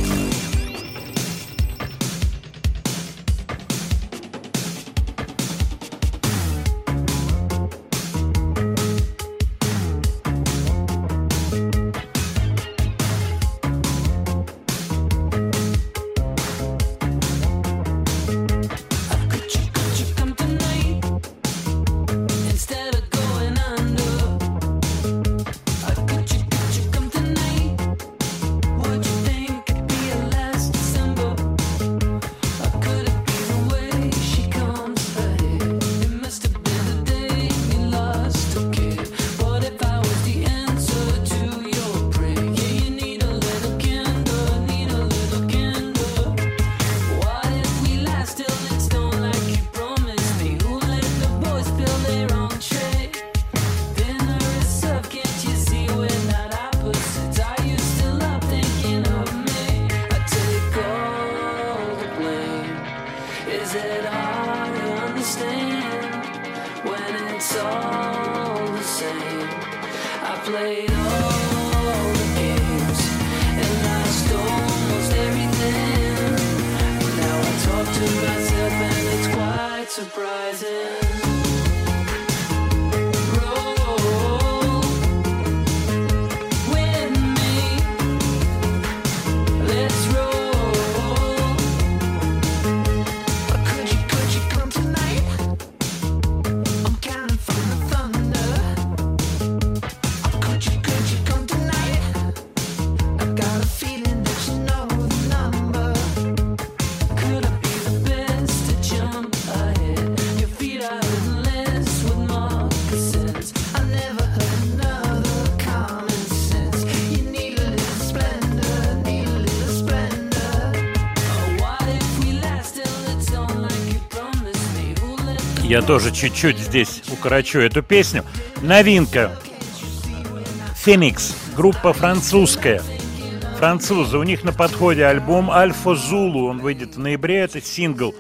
Я тоже чуть-чуть здесь укорочу эту песню. Новинка. Phoenix. Группа французская. Французы. У них на подходе альбом Альфа Зулу. Он выйдет в ноябре. Это сингл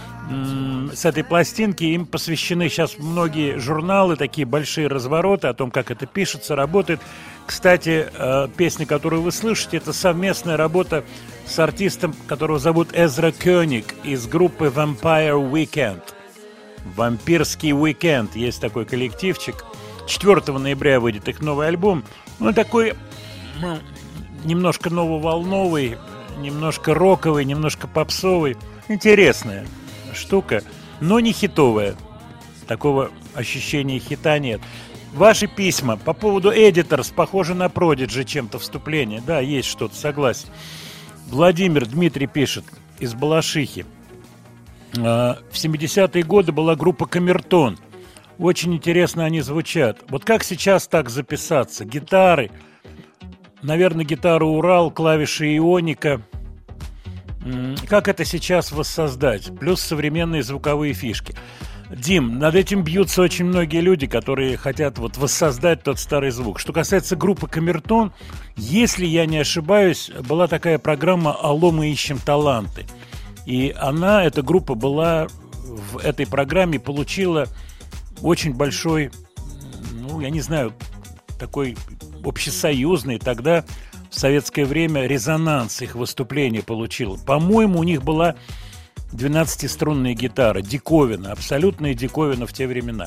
с этой пластинки. Им посвящены сейчас многие журналы, такие большие развороты о том, как это пишется, работает. Кстати, песня, которую вы слышите, это совместная работа с артистом, которого зовут Эзра Кёник из группы Vampire Weekend. Вампирский уикенд. Есть такой коллективчик. 4 ноября выйдет их новый альбом. Он такой немножко нововолновый, немножко роковый, немножко попсовый. Интересная штука, но не хитовая. Такого ощущения хита нет. Ваши письма по поводу Editors похоже на Prodigy чем-то вступление. Да, есть что-то, согласен. Владимир, Дмитрий пишет из Балашихи. В 70-е годы была группа «Камертон». Очень интересно они звучат. Вот как сейчас так записаться? Гитары, наверное, гитара «Урал», клавиши «Ионика». Как это сейчас воссоздать? Плюс современные звуковые фишки. Дим, над этим бьются очень многие люди, которые хотят вот воссоздать тот старый звук. Что касается группы «Камертон», если я не ошибаюсь, была такая программа «Алло, мы ищем таланты». И она, эта группа была в этой программе, получила очень большой, ну, я не знаю, такой общесоюзный тогда в советское время резонанс их выступления получила. По-моему, у них была 12-струнная гитара, диковина, абсолютная диковина в те времена.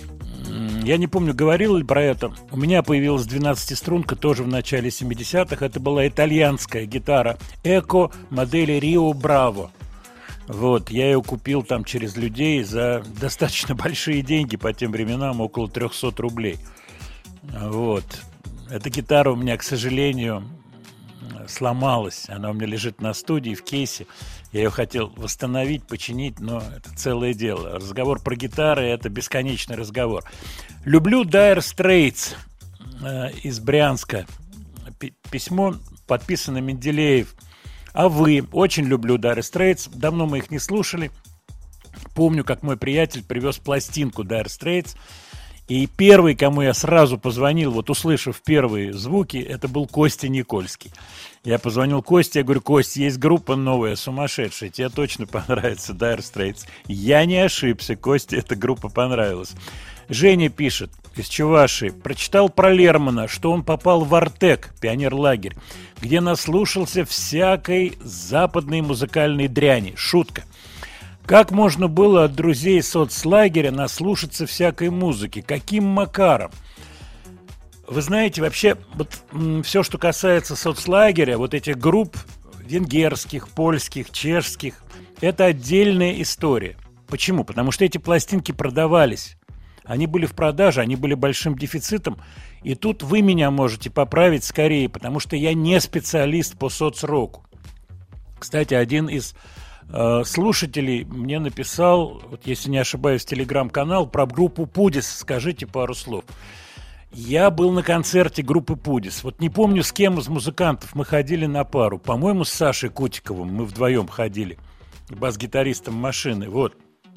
Я не помню, говорил ли про это. У меня появилась 12-струнка тоже в начале 70-х. Это была итальянская гитара Эко модели Рио Браво. Вот, я ее купил там через людей за достаточно большие деньги по тем временам, около 300 рублей. Вот. Эта гитара у меня, к сожалению, сломалась. Она у меня лежит на студии в кейсе. Я ее хотел восстановить, починить, но это целое дело. Разговор про гитары – это бесконечный разговор. Люблю Dire Straits из Брянска. Письмо подписано Менделеев. А вы? Очень люблю Dire Straits. Давно мы их не слушали. Помню, как мой приятель привез пластинку Dire Straits. И первый, кому я сразу позвонил, вот услышав первые звуки, это был Костя Никольский. Я позвонил Косте, я говорю: Костя, есть группа новая, сумасшедшая, тебе точно понравится, Dire Straits. Я не ошибся, Косте эта группа понравилась. Женя пишет из Чувашии: прочитал про Лермана, что он попал в Артек, пионерлагерь, где наслушался всякой западной музыкальной дряни. Шутка. Как можно было от друзей соцлагеря наслушаться всякой музыки? Каким макаром? Вы знаете, вообще, вот все, что касается соцлагеря, вот этих групп венгерских, польских, чешских, это отдельная история. Почему? Потому что эти пластинки продавались. Они были в продаже, они были большим дефицитом. И тут вы меня можете поправить скорее, потому что я не специалист по соцроку. Кстати, один из слушателей мне написал, вот если не ошибаюсь, в телеграм-канал про группу Пудис. Скажите пару слов. Я был на концерте группы Пудис. Вот не помню, с кем из музыкантов мы ходили на пару. По-моему, с Сашей Кутиковым мы вдвоем ходили. Бас-гитаристом машины. Вот.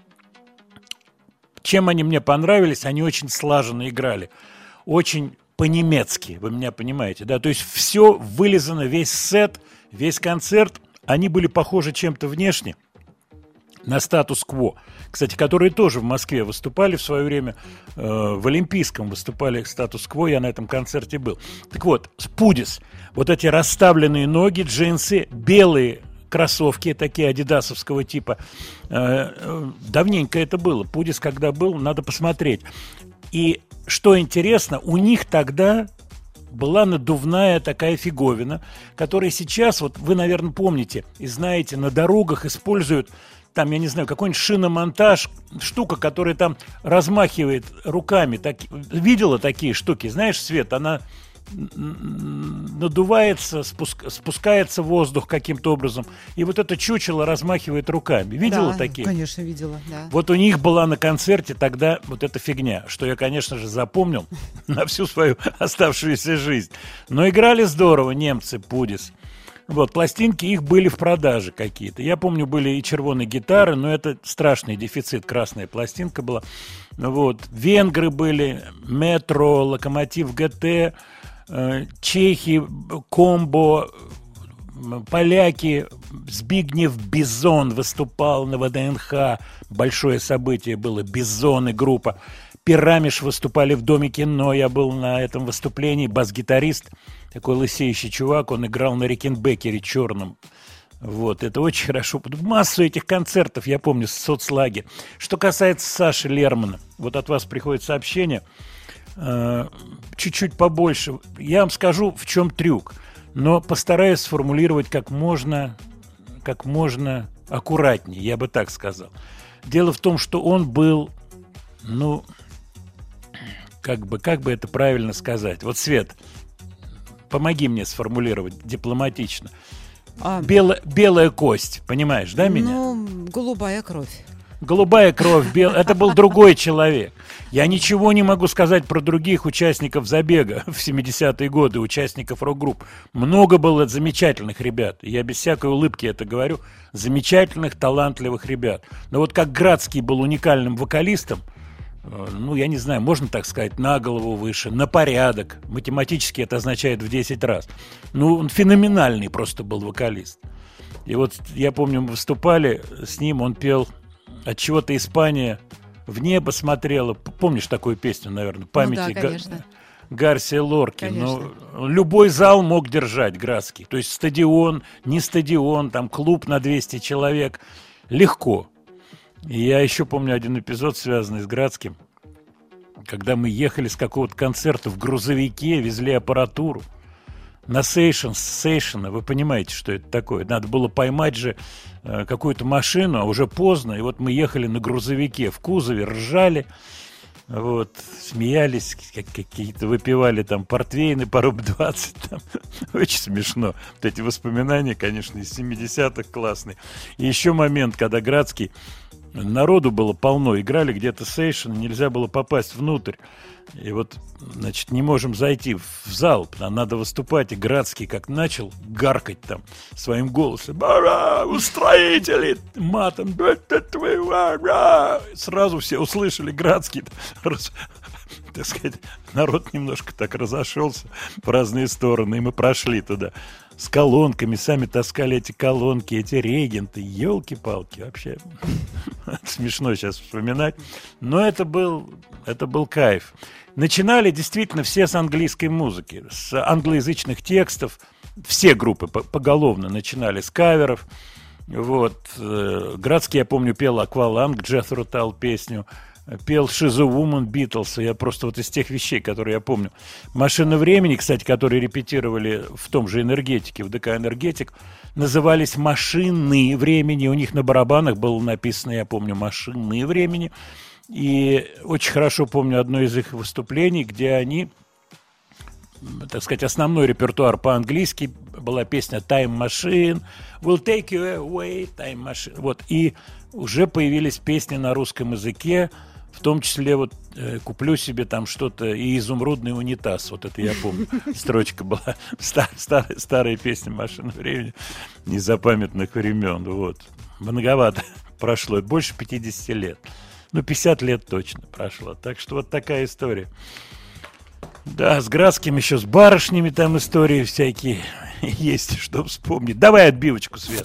Чем они мне понравились? Они очень слаженно играли. Очень по-немецки, вы меня понимаете, да? То есть все вылизано, весь сет, весь концерт. Они были похожи чем-то внешне на статус-кво, кстати, которые тоже в Москве выступали в свое время, в Олимпийском выступали статус-кво, я на этом концерте был. Так вот, Пудис, вот эти расставленные ноги, джинсы, белые кроссовки, такие адидасовского типа, давненько это было, Пудис когда был, надо посмотреть. И что интересно, у них тогда была надувная такая фиговина, которая сейчас, вот вы, наверное, помните и знаете, на дорогах используют, там, я не знаю, какой-нибудь шиномонтаж, штука, которая там размахивает руками. Видела такие штуки? Знаешь, Свет, она надувается, спускается в воздух каким-то образом, и вот это чучело размахивает руками. Видела такие? Конечно, видела, да. Вот у них была на концерте тогда вот эта фигня, что я, конечно же, запомнил на всю свою оставшуюся жизнь. Но играли здорово немцы, Пудис. Вот, пластинки их были в продаже какие-то. Я помню, были и червоные гитары, но это страшный дефицит, красная пластинка была. Вот, венгры были, Метро, Локомотив ГТ, чехи, Комбо, поляки, Збигнев Бизон выступал на ВДНХ, большое событие было, Бизон и группа. Пирамиш выступали в Доме кино, я был на этом выступлении, бас-гитарист, такой лысеющий чувак, он играл на Рикенбекере черном. Вот, это очень хорошо. Массу этих концертов, я помню, с соцлагеря. Что касается Саши Лермана, вот от вас приходит сообщение, чуть-чуть побольше. Я вам скажу, в чем трюк, но постараюсь сформулировать как можно аккуратнее, я бы так сказал. Дело в том, что он был, ну, как бы это правильно сказать. Вот, Свет, помоги мне сформулировать дипломатично. Белая кость, понимаешь, да, меня? Ну, голубая кровь. Голубая кровь, это был другой человек. Я ничего не могу сказать про других участников забега в 70-е годы, участников рок-групп. Много было замечательных ребят. Я без всякой улыбки это говорю. Замечательных, талантливых ребят. Но вот как Градский был уникальным вокалистом, ну, я не знаю, можно так сказать, на голову выше, на порядок. Математически это означает в 10 раз. Ну, он феноменальный просто был вокалист. И вот я помню, мы выступали с ним, он пел «От чего-то Испания в небо смотрела». Помнишь такую песню, наверное, памяти? Ну да, конечно. Гарсия Лорки. Конечно. Но любой зал мог держать Градский. То есть стадион, не стадион, там клуб на 200 человек. Легко. И я еще помню один эпизод, связанный с Градским, когда мы ехали с какого-то концерта в грузовике, везли аппаратуру на Сейшена. Вы понимаете, что это такое? Надо было поймать же какую-то машину, а уже поздно. И вот мы ехали на грузовике в кузове, ржали, вот, смеялись, какие-то выпивали там портвейны по рубль 20. Там. Очень смешно. Вот эти воспоминания, конечно, из 70-х классные. И еще момент, когда Градский... Народу было полно, играли где-то Сейшен, нельзя было попасть внутрь. И вот, значит, не можем зайти в зал, надо выступать. И Градский как начал гаркать там своим голосом: «Бара, устроители!» Матом. Сразу все услышали, Градский так сказать, народ немножко так разошелся в разные стороны, и мы прошли туда с колонками, сами таскали эти колонки, эти регенты, елки-палки, вообще смешно сейчас вспоминать, но это был кайф. Начинали действительно все с английской музыки, с англоязычных текстов, все группы поголовно начинали с каверов. Вот. Градский, я помню, пел «Акваланг», Джеффро Талл песню, пел «She's a Woman» Битлса. Я просто вот из тех вещей, которые я помню. «Машина времени», кстати, которые репетировали в том же «Энергетике», в ДК «Энергетик», назывались «Машины времени». У них на барабанах было написано, я помню, «Машины времени». И очень хорошо помню одно из их выступлений, где они, так сказать, основной репертуар по-английски была песня «Time Machine», «We'll take you away», «Time Machine». Вот, и уже появились песни на русском языке, в том числе вот «Куплю себе там что-то» и «Изумрудный унитаз». Вот это я помню. Строчка была. Старая песня «Машина времени» незапамятных времен. Вот. Многовато прошло. Больше 50 лет. Ну, 50 лет точно прошло. Так что вот такая история. Да, с Градским еще, с барышнями там истории всякие есть, что вспомнить. Давай отбивочку, Свет.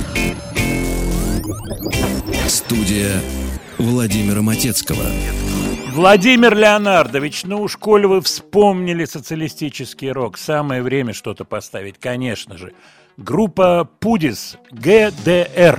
Студия Владимира Матецкого. Владимир Леонардович, ну уж коль вы вспомнили социалистический рок, самое время что-то поставить, конечно же. Группа Пудис, ГДР.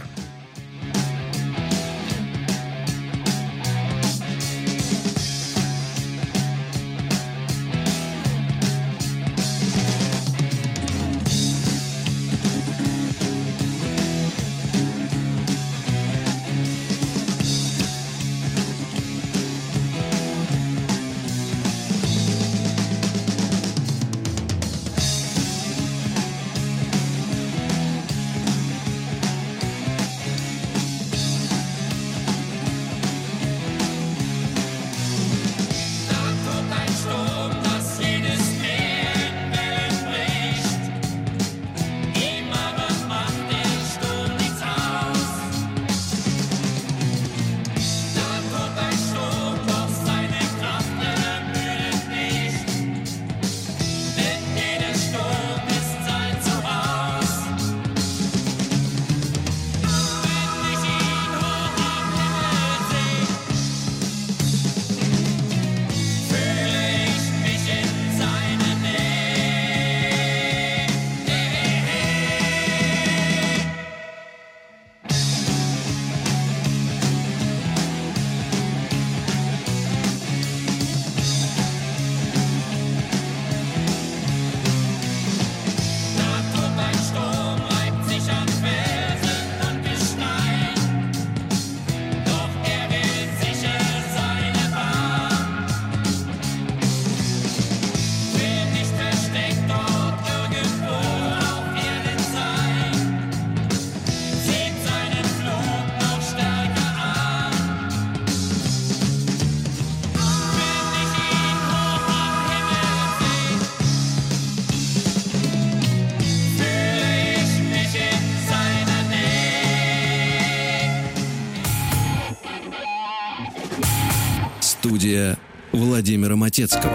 Студия Владимира Матецкого.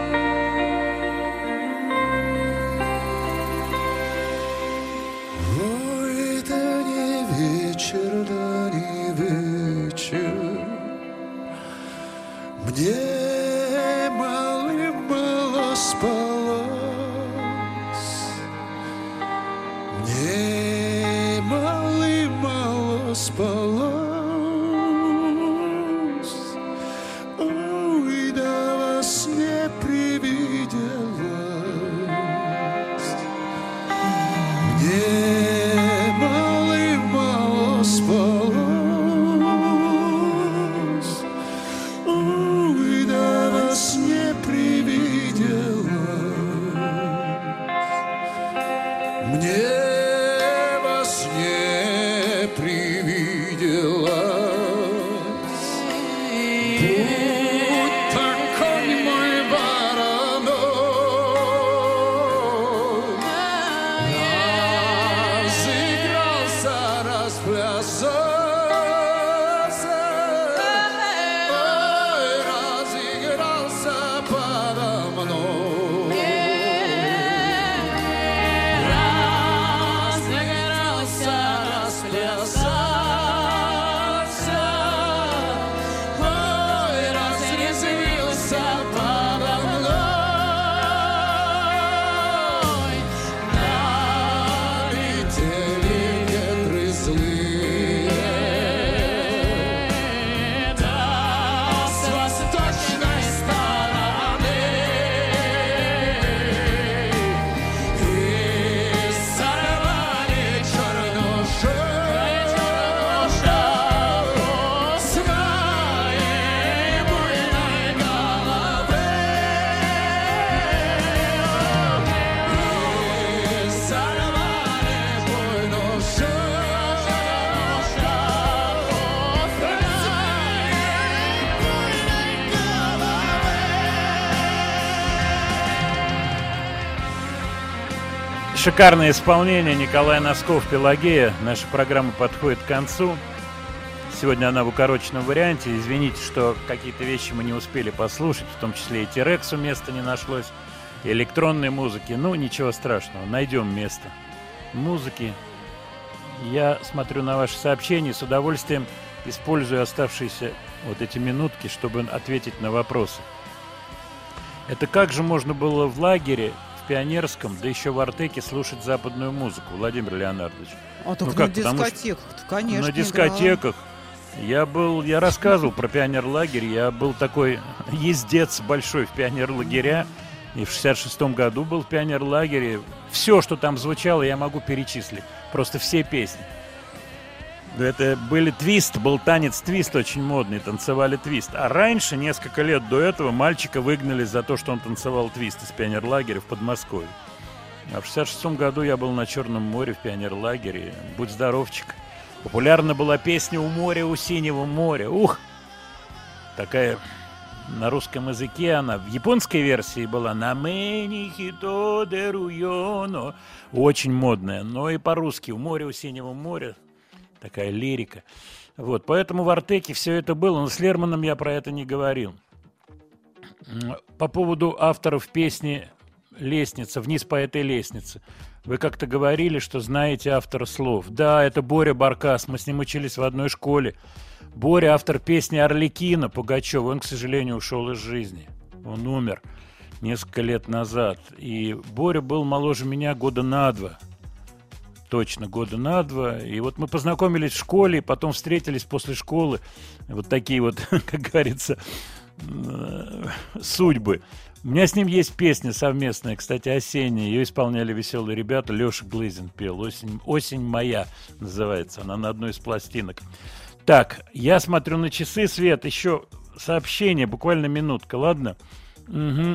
Ой, это не вечер, да не вечер. Мне мало спалось. Мне мало спалось. Ой, да во сне привиделось. Мне мало спалось. Ой, да во сне привиделось. Мне во сне привиделось. Будто конь мой вороной разыгрался, расплясался, ой, Шикарное исполнение Николая Носков, «Пелагея». Наша программа подходит к концу. Сегодня она в укороченном варианте. Извините, что какие-то вещи мы не успели послушать, в том числе и Терексу места не нашлось, и электронной музыки. Ну, ничего страшного, найдем место музыки. Я смотрю на ваши сообщения, с удовольствием использую оставшиеся вот эти минутки, чтобы ответить на вопросы. Это как же можно было в лагере, в Пионерском, да еще в Артеке слушать западную музыку, Владимир Леонардович? А так как, на дискотеках, конечно. На дискотеках. Я рассказывал про пионерлагерь, я был такой ездец большой в пионерлагеря, и в 66-м году был в пионерлагере. Все, что там звучало, я могу перечислить, просто все песни. Это был танец твист очень модный, танцевали твист. А раньше, несколько лет до этого, мальчика выгнали за то, что он танцевал твист из пионерлагеря в Подмосковье. А в 66-м году я был на Черном море в пионерлагере. Будь здоровчик. Популярна была песня «У моря, у синего моря». Ух! Такая на русском языке она. В японской версии была «Намэни хито деруйоно». Очень модная. Но и по-русски «У моря, у синего моря». Такая лирика. Вот, поэтому в Артеке все это было. Но с Лерманом я про это не говорил. По поводу авторов песни «Лестница», «Вниз по этой лестнице». Вы как-то говорили, что знаете автора слов. Да, это Боря Баркас, мы с ним учились в одной школе. Боря — автор песни «Арлекино» Пугачева. Он, к сожалению, ушел из жизни. Он умер несколько лет назад. И Боря был моложе меня года на 2. Точно, года на 2. И вот мы познакомились в школе, и потом встретились после школы. Вот такие вот, как говорится, судьбы. У меня с ним есть песня совместная, кстати, осенняя. Ее исполняли веселые ребята. Леша Глызин пел. «Осень моя» называется. Она на одной из пластинок. Так, я смотрю на часы, Свет. Еще сообщение, буквально минутка, ладно? Угу.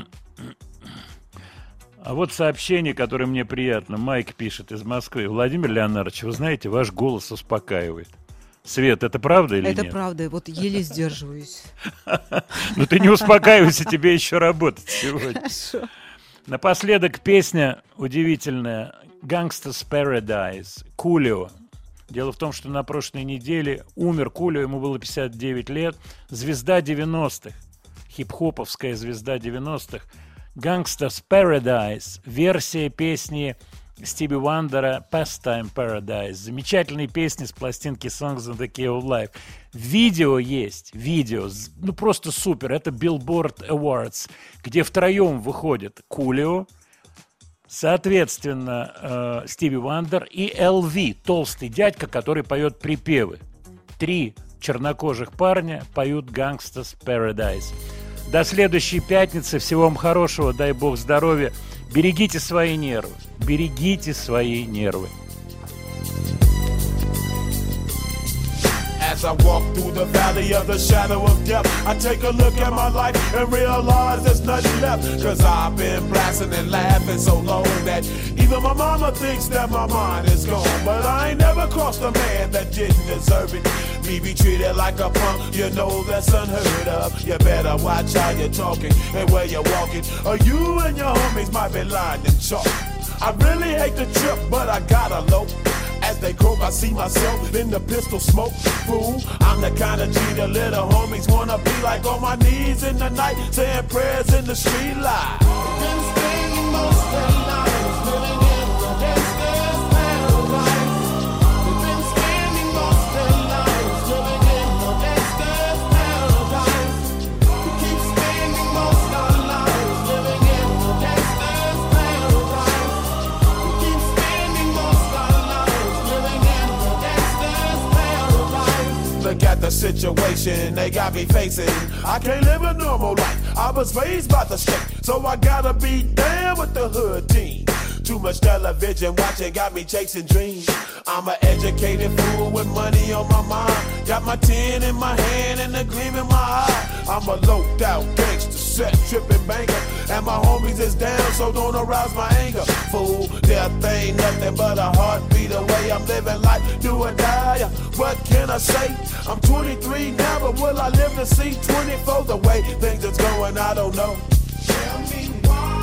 А вот сообщение, которое мне приятно. Майк пишет из Москвы. Владимир Леонардович, вы знаете, ваш голос успокаивает. Свет, это правда или нет? Это правда, вот еле сдерживаюсь. Ну ты не успокаивайся, тебе еще работать сегодня. Хорошо. Напоследок песня удивительная «Gangsta's Paradise», Кулио. Дело в том, что на прошлой неделе умер Кулио, ему было 59 лет. Звезда 90-х, хип-хоповская звезда 90-х. «Gangsta's Paradise», версия песни Стиви Уандера «Pastime Paradise». Замечательные песни с пластинки Songs in the Key of Life. Видео есть, ну просто супер. Это Billboard Awards, где втроем выходят Кулио, соответственно, Стиви Уандер и LV, толстый дядька, который поет припевы. 3 чернокожих парня поют «Gangsta's Paradise». До следующей пятницы. Всего вам хорошего, дай бог здоровья. Берегите свои нервы. Берегите свои нервы. As I walk through the valley of the shadow of death, I take a look at my life and realize there's nothing left. Cause I've been blasting and laughing so long that even my mama thinks that my mind is gone. But I ain't never crossed a man that didn't deserve it. Me be treated like a punk, you know that's unheard of. You better watch how you're talking and where you're walking, or you and your homies might be lying in chalk. I really hate the trip, but I gotta low. As they croak, I see myself in the pistol smoke. Fool, I'm the kind of G the little homies wanna be like, on my knees in the night, saying prayers in the street light. Been spending most of their lives living in the gangster's paradise. They've been spending most of their lives living in the gangster's paradise. We keep spending most of our lives living in the gangster's paradise. We keep spending most of our lives living in the gangster's paradise. Look at the situation they got me facing. I can't live a normal life. I was raised by the state, so I gotta be down with the hood team. Too much television watching got me chasing dreams. I'm an educated fool with money on my mind. Got my tin in my hand and a gleam in my eye. I'm a loped out gangster, set tripping banker, and my homies is down, so don't arouse my anger. Fool, death ain't nothing but a heartbeat away. I'm living life, do or die. What can I say? I'm 23 now, but will I live to see 24? The way things is going, I don't know. Tell me why.